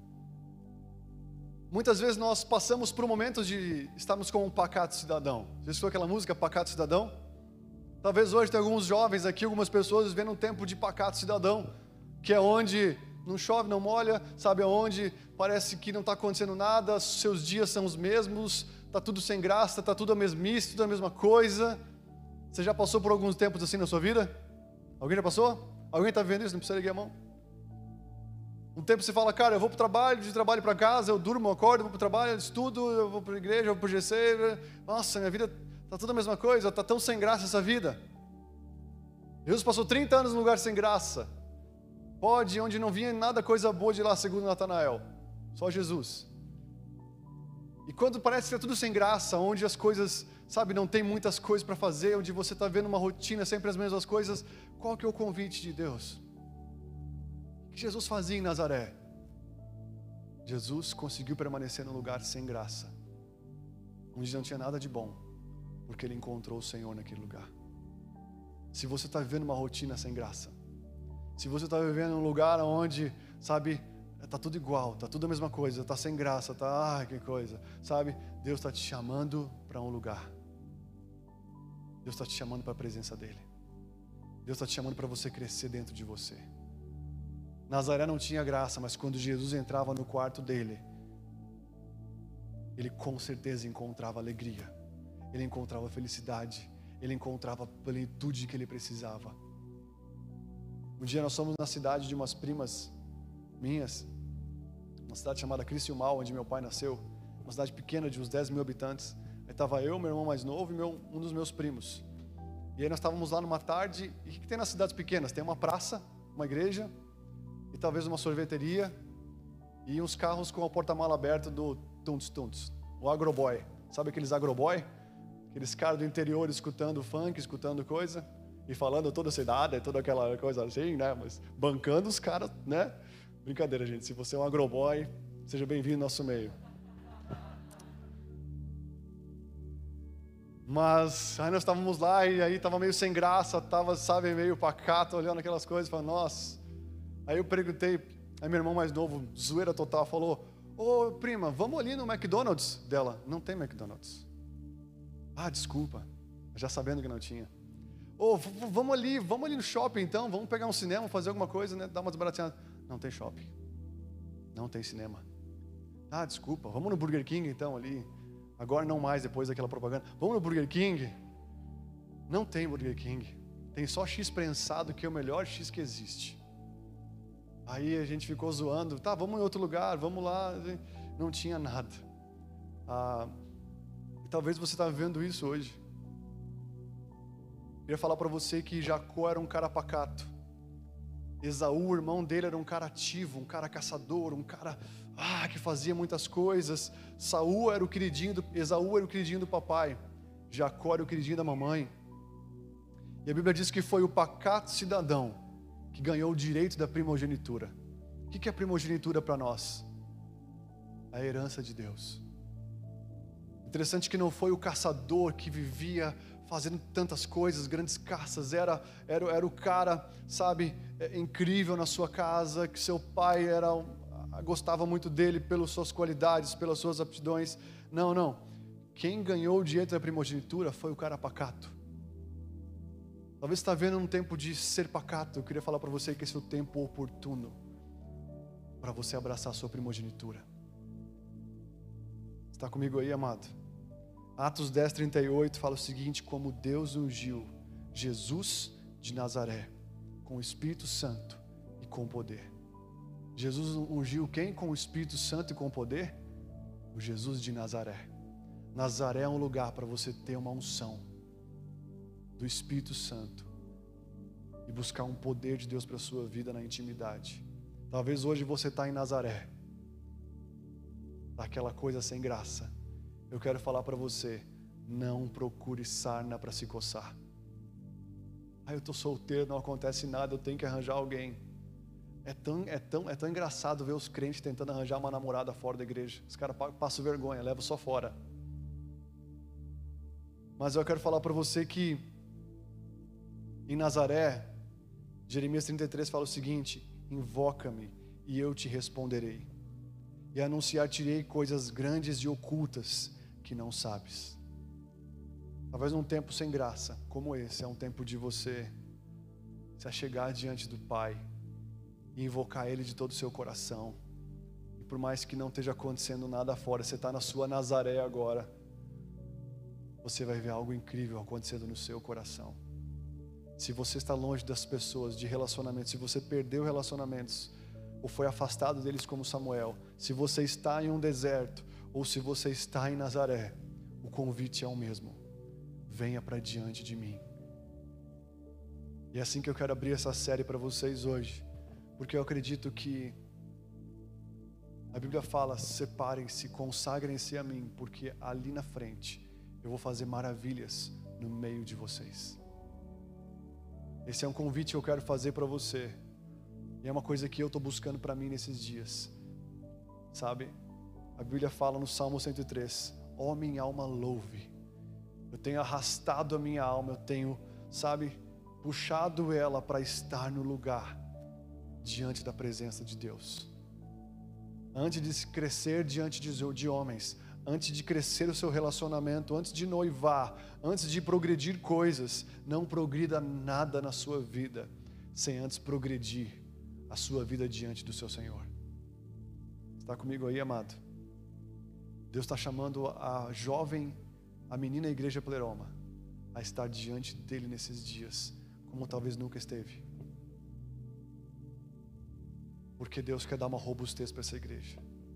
muitas vezes nós passamos por momentos de estarmos como um pacato cidadão. Você escutou aquela música, Pacato Cidadão? Talvez hoje tem alguns jovens aqui, algumas pessoas vivendo um tempo de pacato cidadão, que é onde não chove, não molha, sabe aonde parece que não está acontecendo nada, seus dias são os mesmos, está tudo sem graça, está tudo a mesmice, tudo a mesma coisa. Você já passou por alguns tempos assim na sua vida? Alguém já passou? Alguém está vivendo isso? Não precisa ligar a mão. Um tempo você fala, cara, eu vou para o trabalho, de trabalho para casa, eu durmo, eu acordo, eu vou para o trabalho, eu estudo, eu vou para a igreja, eu vou para o G C. Nossa, minha vida está tudo a mesma coisa, está tão sem graça essa vida. Jesus passou trinta anos num lugar sem graça. Pode, onde não vinha nada coisa boa de lá, segundo Natanael. Só Jesus. E quando parece que é tudo sem graça, onde as coisas, sabe, não tem muitas coisas para fazer, onde você está vendo uma rotina, sempre as mesmas coisas, qual que é o convite de Deus? O que Jesus fazia em Nazaré? Jesus conseguiu permanecer num lugar sem graça, onde não tinha nada de bom, porque Ele encontrou o Senhor naquele lugar. Se você está vivendo uma rotina sem graça, se você está vivendo um lugar onde, sabe, está tudo igual, está tudo a mesma coisa, está sem graça, está, ah, que coisa, sabe, Deus está te chamando para um lugar. Deus está te chamando para a presença dEle. Deus está te chamando para você crescer dentro de você. Nazaré não tinha graça, mas quando Jesus entrava no quarto dele, ele com certeza encontrava alegria, ele encontrava felicidade, ele encontrava a plenitude que ele precisava. Um dia nós fomos na cidade de umas primas minhas, uma cidade chamada Criciúmal, onde meu pai nasceu, uma cidade pequena de uns dez mil habitantes. Aí estava eu, meu irmão mais novo e meu, um dos meus primos. E aí nós estávamos lá numa tarde, e o que tem nas cidades pequenas? Tem uma praça, uma igreja, e talvez uma sorveteria, e uns carros com o porta-mala aberto do Tunts Tunts, o agroboy. Sabe aqueles agroboy? Aqueles caras do interior escutando funk, escutando coisa, e falando toda a cidade, toda aquela coisa assim, né? Mas bancando os caras, né? Brincadeira, gente. Se você é um agroboy, seja bem-vindo ao nosso meio. Mas aí nós estávamos lá e aí estava meio sem graça, estava, sabe, meio pacato, olhando aquelas coisas, falando, nossa. Aí eu perguntei, aí meu irmão mais novo, zoeira total, falou, ô prima, vamos ali no McDonald's dela. Não tem McDonald's. Ah, desculpa, já sabendo que não tinha. Ô, vamos ali, vamos ali no shopping então, vamos pegar um cinema, fazer alguma coisa, né? Dar uma desbarateada. Não tem shopping, não tem cinema. Ah, desculpa, vamos no Burger King então ali. Agora não mais, depois daquela propaganda. Vamos no Burger King? Não tem Burger King. Tem só X prensado, que é o melhor X que existe. Aí a gente ficou zoando. Tá, vamos em outro lugar, vamos lá. Não tinha nada. Ah, e talvez você está vendo isso hoje. Eu queria falar para você que Jacó era um cara pacato. Esaú, o irmão dele, era um cara ativo, um cara caçador, um cara ah, que fazia muitas coisas. Saul era o queridinho do, Esaú era o queridinho do papai. Jacó era o queridinho da mamãe. E a Bíblia diz que foi o pacato cidadão que ganhou o direito da primogenitura. O que é primogenitura para nós? A herança de Deus. Interessante que não foi o caçador que vivia fazendo tantas coisas, grandes caças, era, era, era o cara, sabe, é, incrível na sua casa, que seu pai era, gostava muito dele pelas suas qualidades, pelas suas aptidões. Não, não. Quem ganhou o direito da primogenitura foi o cara pacato. Talvez você está vendo um tempo de ser pacato. Eu queria falar para você que esse é o tempo oportuno para você abraçar a sua primogenitura. Está comigo aí, amado? Atos dez, trinta e oito fala o seguinte: como Deus ungiu Jesus de Nazaré com o Espírito Santo e com poder. Jesus ungiu quem com o Espírito Santo e com poder? O Jesus de Nazaré. Nazaré é um lugar para você ter uma unção do Espírito Santo e buscar um poder de Deus para a sua vida na intimidade. Talvez hoje você está em Nazaré, aquela coisa sem graça. Eu quero falar para você, não procure sarna para se coçar. Ah, eu estou solteiro, não acontece nada, eu tenho que arranjar alguém. É tão, é, tão, é tão engraçado ver os crentes tentando arranjar uma namorada fora da igreja. Os caras passam vergonha, levam só fora. Mas eu quero falar para você que em Nazaré Jeremias trinta e três fala o seguinte: invoca-me e eu te responderei, e anunciar-te-ei coisas grandes e ocultas que não sabes. Talvez num tempo sem graça como esse, é um tempo de você se achegar diante do Pai e invocar Ele de todo o seu coração. E por mais que não esteja acontecendo nada fora, você está na sua Nazaré agora, você vai ver algo incrível acontecendo no seu coração. Se você está longe das pessoas, de relacionamentos, se você perdeu relacionamentos, ou foi afastado deles como Samuel, se você está em um deserto, ou se você está em Nazaré, o convite é o mesmo: venha para diante de mim. E é assim que eu quero abrir essa série para vocês hoje, porque eu acredito que a Bíblia fala: separem-se, consagrem-se a mim, porque ali na frente eu vou fazer maravilhas no meio de vocês. Esse é um convite que eu quero fazer para você, e é uma coisa que eu estou buscando para mim nesses dias, sabe? A Bíblia fala no Salmo cento e três: ó minha alma louve. Eu tenho arrastado a minha alma, eu tenho, sabe, puxado ela para estar no lugar diante da presença de Deus. Antes de crescer diante de, de homens, antes de crescer o seu relacionamento, antes de noivar, antes de progredir coisas, não progrida nada na sua vida sem antes progredir a sua vida diante do seu Senhor. Está comigo aí, amado? Deus está chamando a jovem, a menina igreja Pleroma a estar diante dele nesses dias, como talvez nunca esteve. Porque Deus quer dar uma robustez para essa igreja.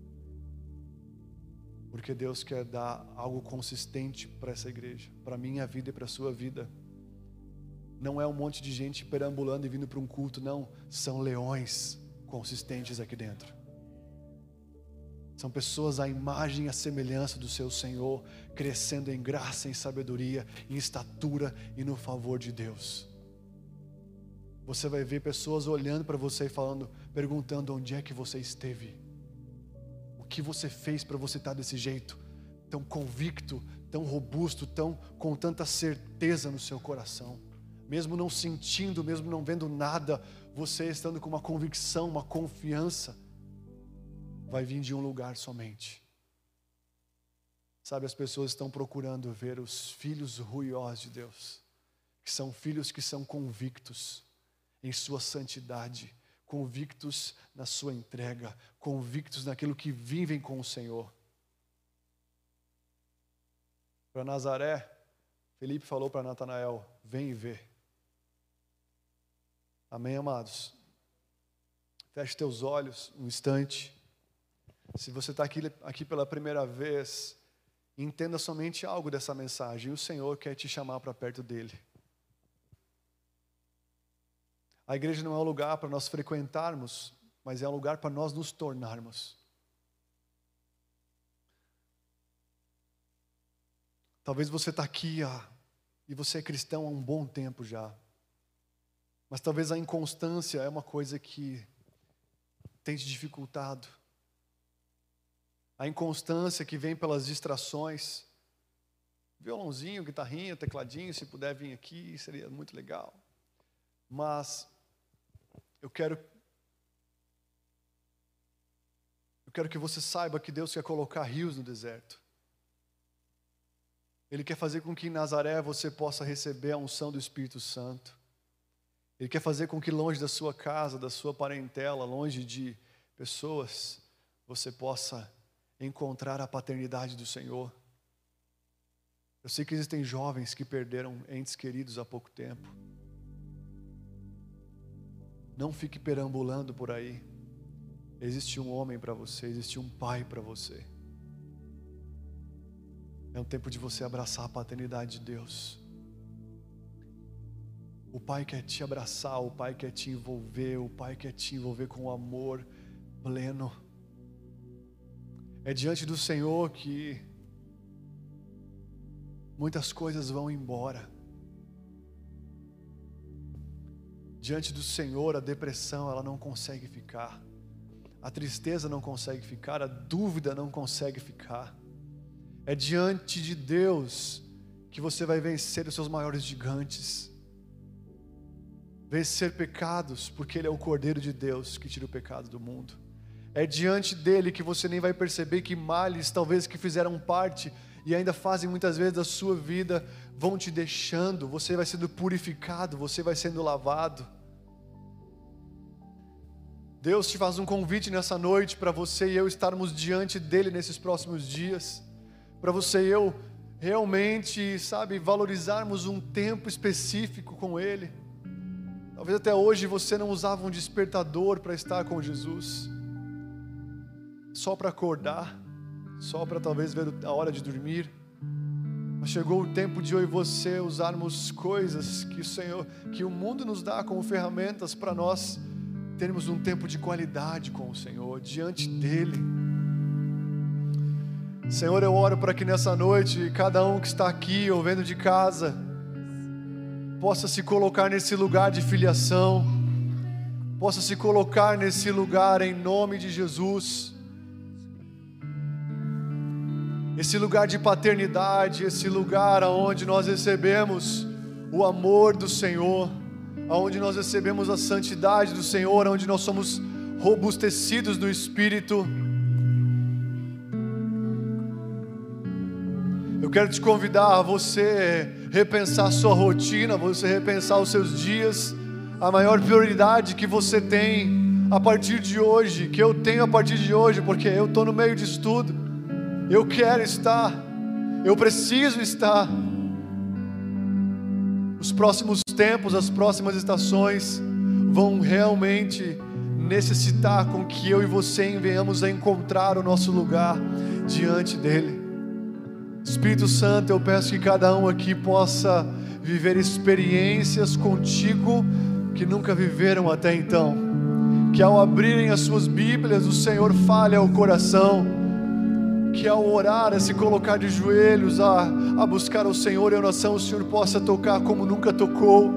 Porque Deus quer dar algo consistente para essa igreja, para a minha vida e para a sua vida. Não é um monte de gente perambulando e vindo para um culto, não. São leões consistentes aqui dentro. São pessoas à imagem e à semelhança do seu Senhor, crescendo em graça, em sabedoria, em estatura e no favor de Deus. Você vai ver pessoas olhando para você e falando, perguntando onde é que você esteve. O que você fez para você estar desse jeito, tão convicto, tão robusto, tão com tanta certeza no seu coração. Mesmo não sentindo, mesmo não vendo nada, você estando com uma convicção, uma confiança, vai vir de um lugar somente. Sabe, as pessoas estão procurando ver os filhos ruiós de Deus, que são filhos que são convictos em sua santidade, convictos na sua entrega, convictos naquilo que vivem com o Senhor. Para Nazaré, Felipe falou para Natanael: vem e vê. Amém, amados? Feche teus olhos um instante. Se você está aqui, aqui pela primeira vez, entenda somente algo dessa mensagem. O Senhor quer te chamar para perto dEle. A igreja não é um lugar para nós frequentarmos, mas é um lugar para nós nos tornarmos. Talvez você está aqui ah, e você é cristão há um bom tempo já. Mas talvez a inconstância é uma coisa que tem te dificultado. A inconstância que vem pelas distrações. Violãozinho, guitarrinha, tecladinho, se puder vir aqui, seria muito legal. Mas eu quero eu quero que você saiba que Deus quer colocar rios no deserto. Ele quer fazer com que em Nazaré você possa receber a unção do Espírito Santo. Ele quer fazer com que longe da sua casa, da sua parentela, longe de pessoas, você possa encontrar a paternidade do Senhor. Eu sei que existem jovens que perderam entes queridos há pouco tempo. Não fique perambulando por aí. Existe um homem para você, existe um pai para você. É um tempo de você abraçar a paternidade de Deus. O Pai quer te abraçar, o Pai quer te envolver, o Pai quer te envolver com o amor pleno. É diante do Senhor que muitas coisas vão embora. Diante do Senhor, a depressão ela não consegue ficar. A tristeza não consegue ficar, a dúvida não consegue ficar. É diante de Deus que você vai vencer os seus maiores gigantes. vencer pecados, porque Ele é o Cordeiro de Deus que tira o pecado do mundo. É diante dEle que você nem vai perceber que males, talvez que fizeram parte e ainda fazem muitas vezes da sua vida, vão te deixando, você vai sendo purificado, você vai sendo lavado. Deus te faz um convite nessa noite para você e eu estarmos diante dEle nesses próximos dias, para você e eu realmente, sabe, valorizarmos um tempo específico com Ele. Talvez até hoje você não usava um despertador para estar com Jesus, só para acordar, só para talvez ver a hora de dormir. Mas chegou o tempo de eu e você usarmos coisas que o Senhor, que o mundo nos dá como ferramentas para nós termos um tempo de qualidade com o Senhor, diante dEle. Senhor, eu oro para que nessa noite, cada um que está aqui ou vendo de casa, possa se colocar nesse lugar de filiação, possa se colocar nesse lugar em nome de Jesus, esse lugar de paternidade, esse lugar onde nós recebemos o amor do Senhor, onde nós recebemos a santidade do Senhor, onde nós somos robustecidos no Espírito. Eu quero te convidar a você repensar a sua rotina, você repensar os seus dias, a maior prioridade que você tem a partir de hoje, que eu tenho a partir de hoje, porque eu estou no meio disso tudo, eu quero estar, eu preciso estar. Os próximos tempos, as próximas estações vão realmente necessitar com que eu e você venhamos a encontrar o nosso lugar diante dEle. Espírito Santo, eu peço que cada um aqui possa viver experiências contigo que nunca viveram até então. Que ao abrirem as suas Bíblias, o Senhor fale ao coração. Que ao orar, a se colocar de joelhos, a, a buscar o Senhor em oração, o Senhor possa tocar como nunca tocou.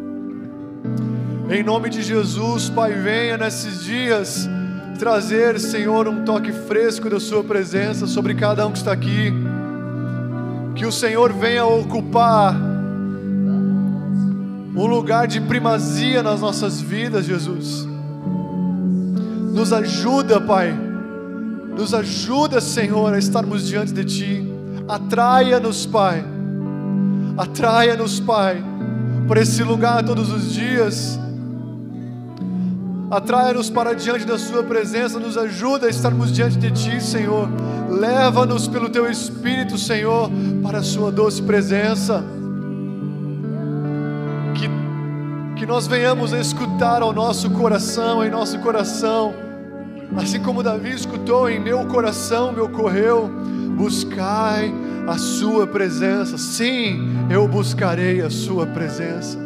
Em nome de Jesus, Pai, venha nesses dias trazer, Senhor, um toque fresco da sua presença sobre cada um que está aqui. Que o Senhor venha ocupar um lugar de primazia nas nossas vidas, Jesus. Nos ajuda, Pai. Nos ajuda, Senhor, a estarmos diante de Ti. Atraia-nos, Pai. Atraia-nos, Pai, para esse lugar todos os dias. Atraia-nos para diante da Sua presença. Nos ajuda a estarmos diante de Ti, Senhor. Leva-nos pelo Teu Espírito, Senhor, para a Sua doce presença. Que, que nós venhamos a escutar ao nosso coração, em nosso coração, assim como Davi escutou, em meu coração me ocorreu: buscai a Sua presença. Sim, eu buscarei a Sua presença.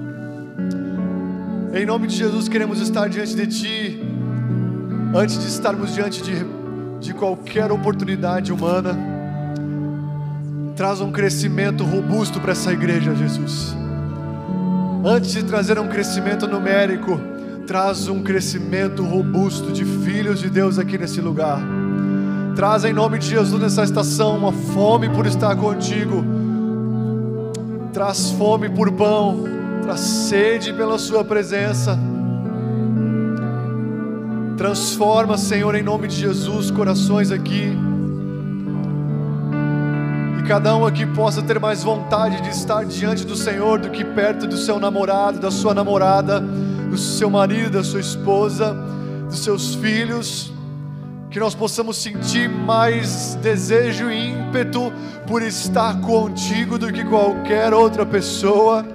Em nome de Jesus, queremos estar diante de Ti, antes de estarmos diante de, de qualquer oportunidade humana. Traz um crescimento robusto para essa igreja, Jesus. Antes de trazer um crescimento numérico, traz um crescimento robusto de filhos de Deus aqui nesse lugar. Traz em nome de Jesus nessa estação uma fome por estar contigo. Traz fome por pão, traz sede pela Sua presença. Transforma, Senhor, em nome de Jesus, corações aqui. E cada um aqui possa ter mais vontade de estar diante do Senhor do que perto do seu namorado, da sua namorada, do seu marido, da sua esposa, dos seus filhos. Que nós possamos sentir mais desejo e ímpeto por estar contigo do que qualquer outra pessoa.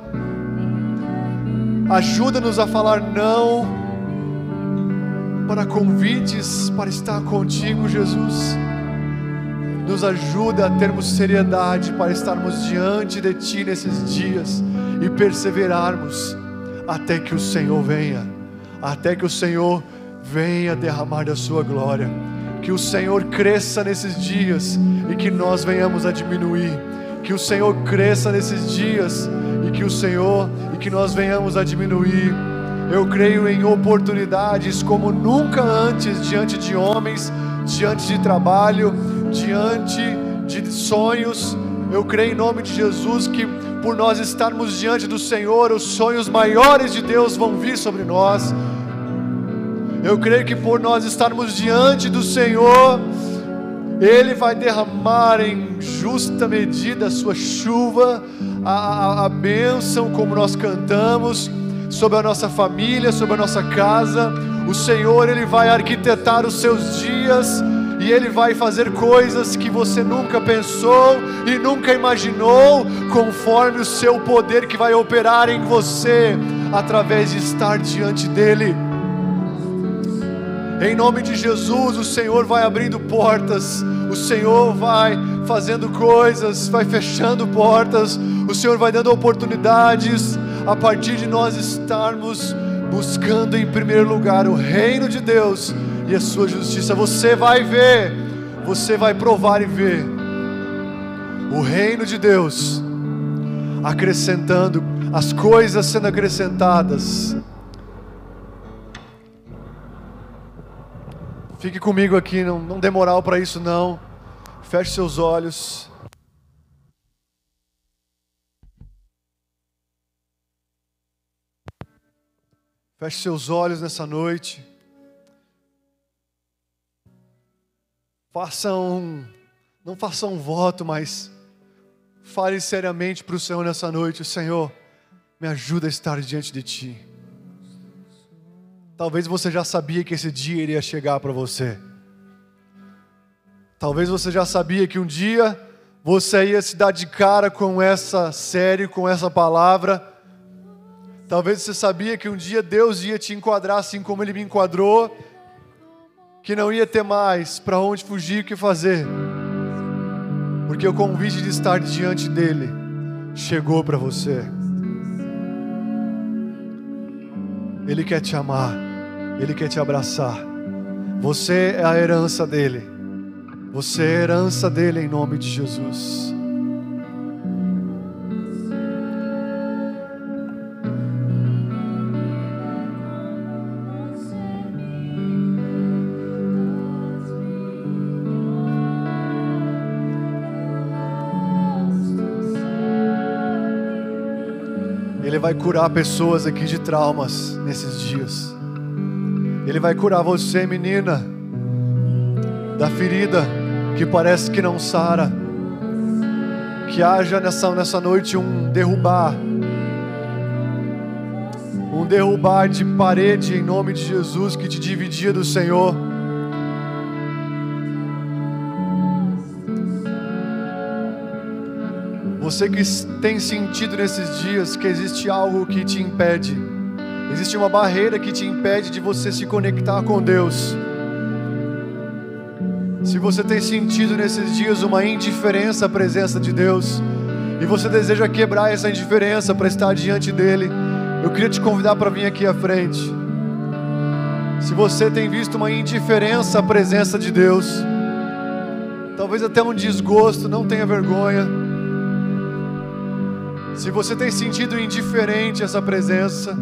Ajuda-nos a falar não para convites para estar contigo, Jesus. Nos ajuda a termos seriedade para estarmos diante de Ti nesses dias e perseverarmos até que o Senhor venha, até que o Senhor venha derramar da Sua glória. Que o Senhor cresça nesses dias e que nós venhamos a diminuir. Que o Senhor cresça nesses dias e que o Senhor e que nós venhamos a diminuir. Eu creio em oportunidades como nunca antes, diante de homens, diante de trabalho, diante de sonhos. Eu creio em nome de Jesus que por nós estarmos diante do Senhor, os sonhos maiores de Deus vão vir sobre nós. Eu creio que por nós estarmos diante do Senhor, Ele vai derramar em justa medida a sua chuva, a, a, a bênção, como nós cantamos, sobre a nossa família, sobre a nossa casa. O Senhor, Ele vai arquitetar os seus dias, e Ele vai fazer coisas que você nunca pensou e nunca imaginou, conforme o seu poder que vai operar em você, através de estar diante dEle. Em nome de Jesus, o Senhor vai abrindo portas, o Senhor vai fazendo coisas, vai fechando portas, o Senhor vai dando oportunidades, a partir de nós estarmos buscando em primeiro lugar o reino de Deus e a sua justiça. Você vai ver, você vai provar e ver o reino de Deus acrescentando, as coisas sendo acrescentadas. Fique comigo aqui, não, não dê moral para isso não. Feche seus olhos. Feche seus olhos nessa noite. Faça um, não faça um voto, mas fale seriamente para o Senhor nessa noite. Senhor, me ajuda a estar diante de Ti. Talvez você já sabia que esse dia iria chegar para você. Talvez você já sabia que um dia você ia se dar de cara com essa série, com essa palavra. Talvez você sabia que um dia Deus ia te enquadrar assim como Ele me enquadrou, que não ia ter mais para onde fugir, o que fazer, porque o convite de estar diante dEle chegou para você. Ele quer te amar, Ele quer te abraçar. Você é a herança dEle, você é a herança dEle em nome de Jesus. Ele vai curar pessoas aqui de traumas nesses dias. Ele vai curar você, menina, da ferida que parece que não sara. Que haja nessa, nessa noite um derrubar, um derrubar de parede em nome de Jesus que te dividia do Senhor. Você que tem sentido nesses dias que existe algo que te impede, existe uma barreira que te impede de você se conectar com Deus. Se você tem sentido nesses dias uma indiferença à presença de Deus, e você deseja quebrar essa indiferença para estar diante dEle, eu queria te convidar para vir aqui à frente. Se você tem visto uma indiferença à presença de Deus, talvez até um desgosto, não tenha vergonha. Se você tem sentido indiferente a essa presença,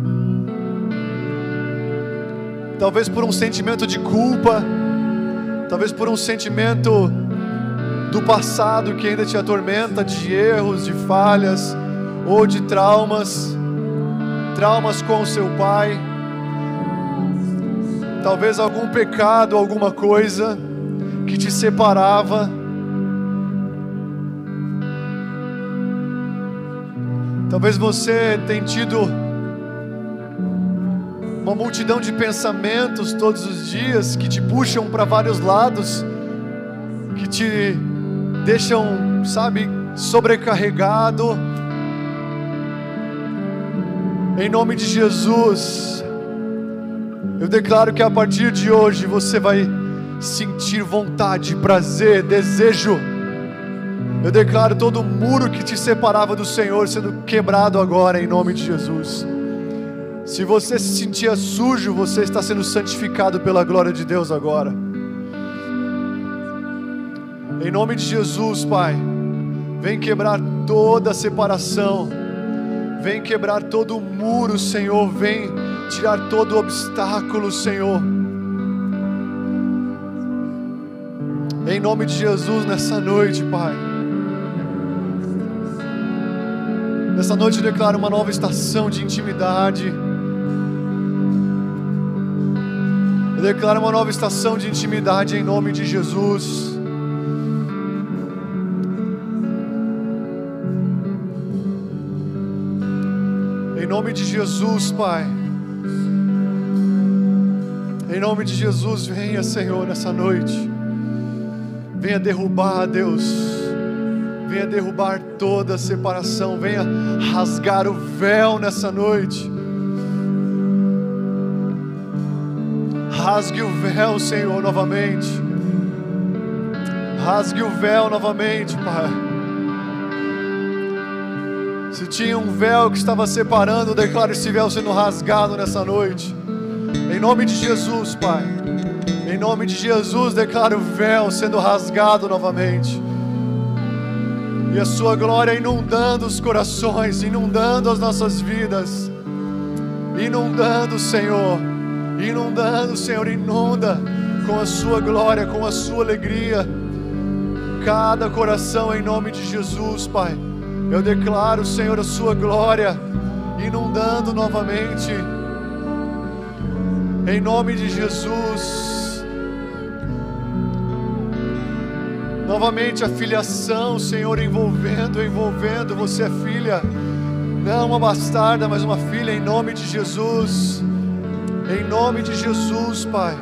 talvez por um sentimento de culpa, talvez por um sentimento do passado que ainda te atormenta, de erros, de falhas ou de traumas, traumas com o seu pai, talvez algum pecado, alguma coisa que te separava. Talvez você tenha tido uma multidão de pensamentos todos os dias que te puxam para vários lados, que te deixam, sabe, sobrecarregado. Em nome de Jesus, eu declaro que a partir de hoje você vai sentir vontade, prazer, desejo. Eu declaro todo o muro que te separava do Senhor sendo quebrado agora em nome de Jesus. Se você se sentia sujo, você está sendo santificado pela glória de Deus agora. Em nome de Jesus, Pai, vem quebrar toda a separação, vem quebrar todo o muro, Senhor, vem tirar todo o obstáculo, Senhor. Em nome de Jesus nessa noite, Pai. Nessa noite eu declaro uma nova estação de intimidade. Eu declaro uma nova estação de intimidade em nome de Jesus. Em nome de Jesus, Pai. Em nome de Jesus, venha, Senhor, nessa noite. Venha derrubar, Deus. Venha derrubar toda a separação. Venha rasgar o véu nessa noite. Rasgue o véu, Senhor, novamente. Rasgue o véu novamente, Pai. Se tinha um véu que estava separando, eu declaro esse véu sendo rasgado nessa noite. Em nome de Jesus, Pai. Em nome de Jesus, declaro o véu sendo rasgado novamente. E a sua glória inundando os corações, inundando as nossas vidas. Inundando, Senhor. Inundando, Senhor, inunda com a sua glória, com a sua alegria. Cada coração em nome de Jesus, Pai. Eu declaro, Senhor, a sua glória inundando novamente. Em nome de Jesus. Novamente a filiação, Senhor, envolvendo, envolvendo. Você é filha, não uma bastarda, mas uma filha, em nome de Jesus. Em nome de Jesus, Pai.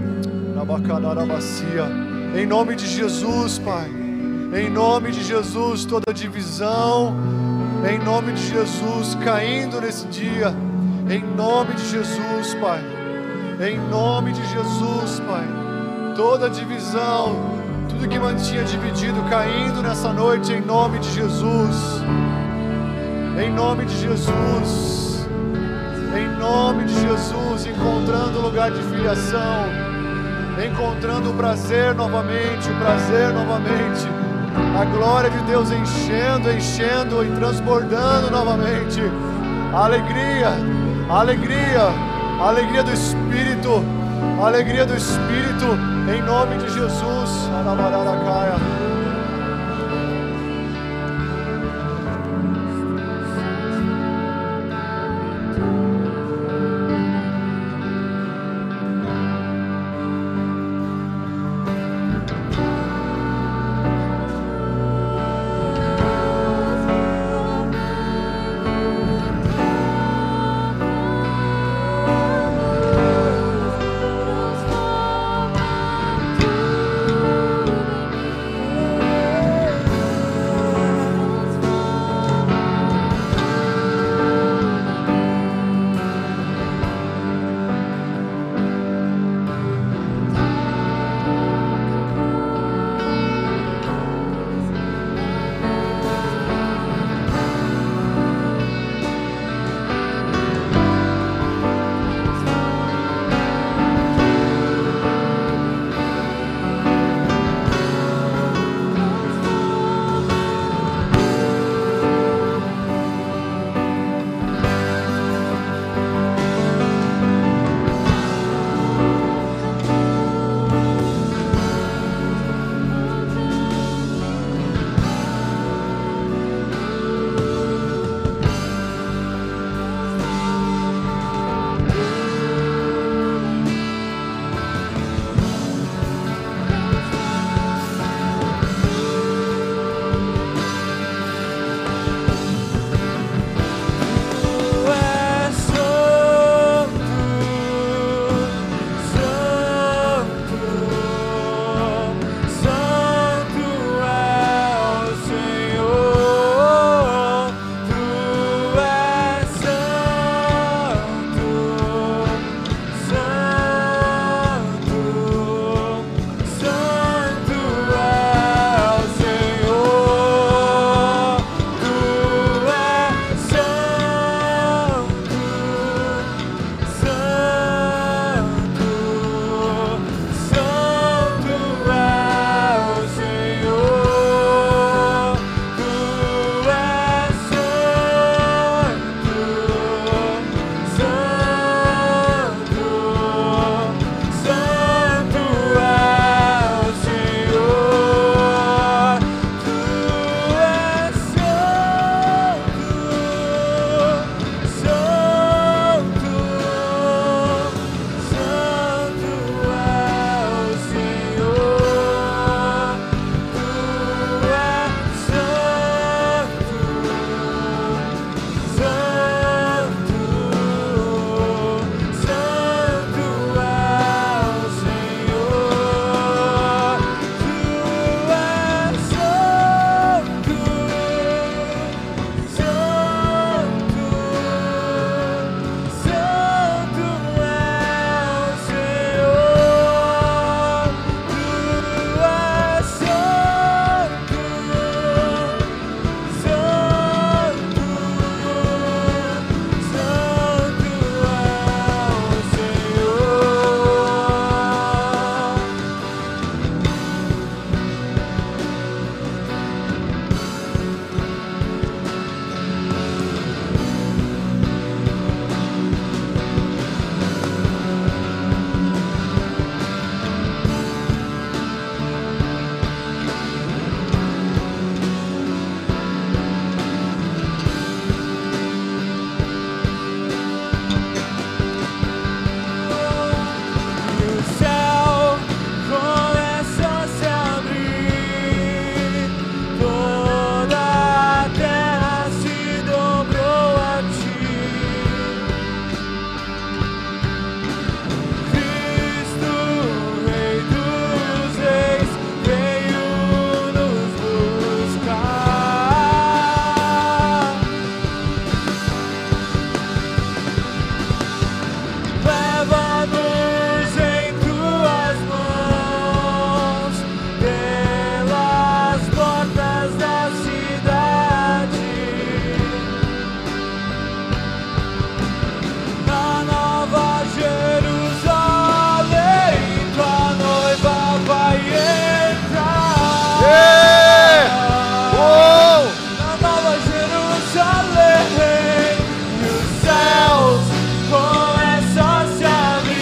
Em nome de Jesus, Pai. Em nome de Jesus, toda divisão, em nome de Jesus, caindo nesse dia. Em nome de Jesus, Pai. Em nome de Jesus, Pai. Toda divisão, tudo que mantinha dividido, caindo nessa noite, em nome de Jesus. Em nome de Jesus. Em nome de Jesus, encontrando o lugar de filiação, encontrando o prazer novamente, o prazer novamente, a glória de Deus enchendo, enchendo e transbordando novamente, a alegria, a alegria, a alegria do Espírito, a alegria do Espírito, em nome de Jesus. Arabararacaia.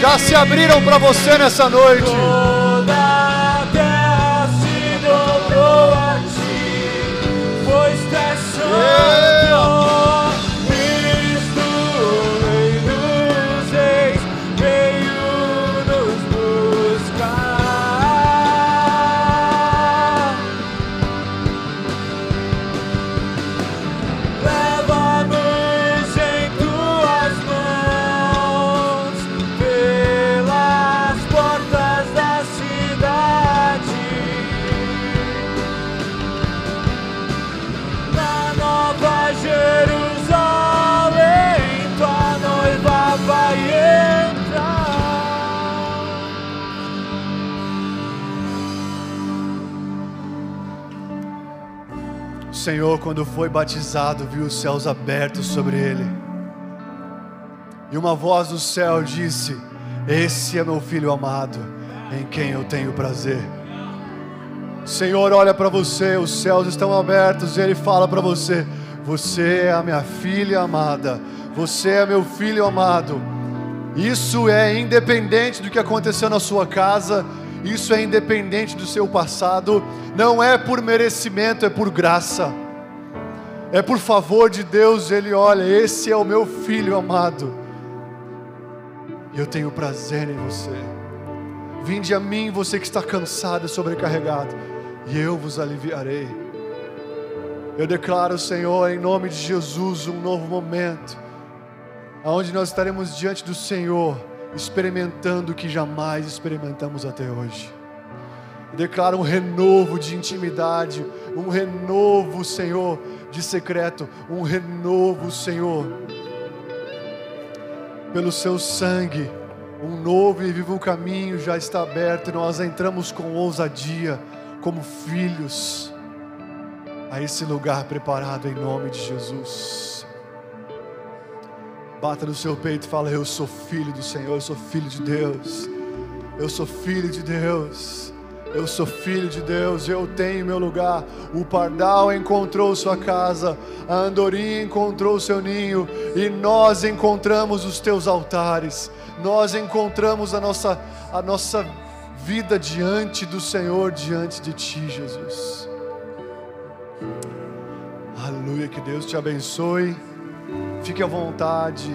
já se abriram para você nessa noite. Toda a terra se dobrou a ti, pois tu és santo. Cristo, o Rei dos Reis, veio nos buscar. Leva-nos em tuas mãos pelas portas da cidade, na Nova Jerusalém, tua noiva vai entrar. O Senhor, quando foi batizado, viu os céus abertos sobre ele. E uma voz do céu disse: esse é meu filho amado, em quem eu tenho prazer. O Senhor olha para você, os céus estão abertos e Ele fala para você: você é a minha filha amada, você é meu filho amado. Isso é independente do que aconteceu na sua casa, isso é independente do seu passado, não é por merecimento, é por graça, é por favor de Deus. Ele olha: esse é o meu filho amado, e eu tenho prazer em você. Vinde a mim, você que está cansado e sobrecarregado, e eu vos aliviarei. Eu declaro, Senhor, em nome de Jesus, um novo momento, onde nós estaremos diante do Senhor, experimentando o que jamais experimentamos até hoje. Eu declaro um renovo de intimidade, um renovo, Senhor, de secreto, um renovo, Senhor, pelo seu sangue. Um novo e vivo caminho já está aberto, e nós entramos com ousadia, como filhos, a esse lugar preparado em nome de Jesus. Bata no seu peito e fala: eu sou filho do Senhor, eu sou filho de Deus, eu sou filho de Deus, eu sou filho de Deus, eu tenho meu lugar. O pardal encontrou sua casa, a andorinha encontrou seu ninho, e nós encontramos os teus altares, nós encontramos a nossa, a nossa vida diante do Senhor, diante de Ti, Jesus. Aleluia, que Deus te abençoe, fique à vontade.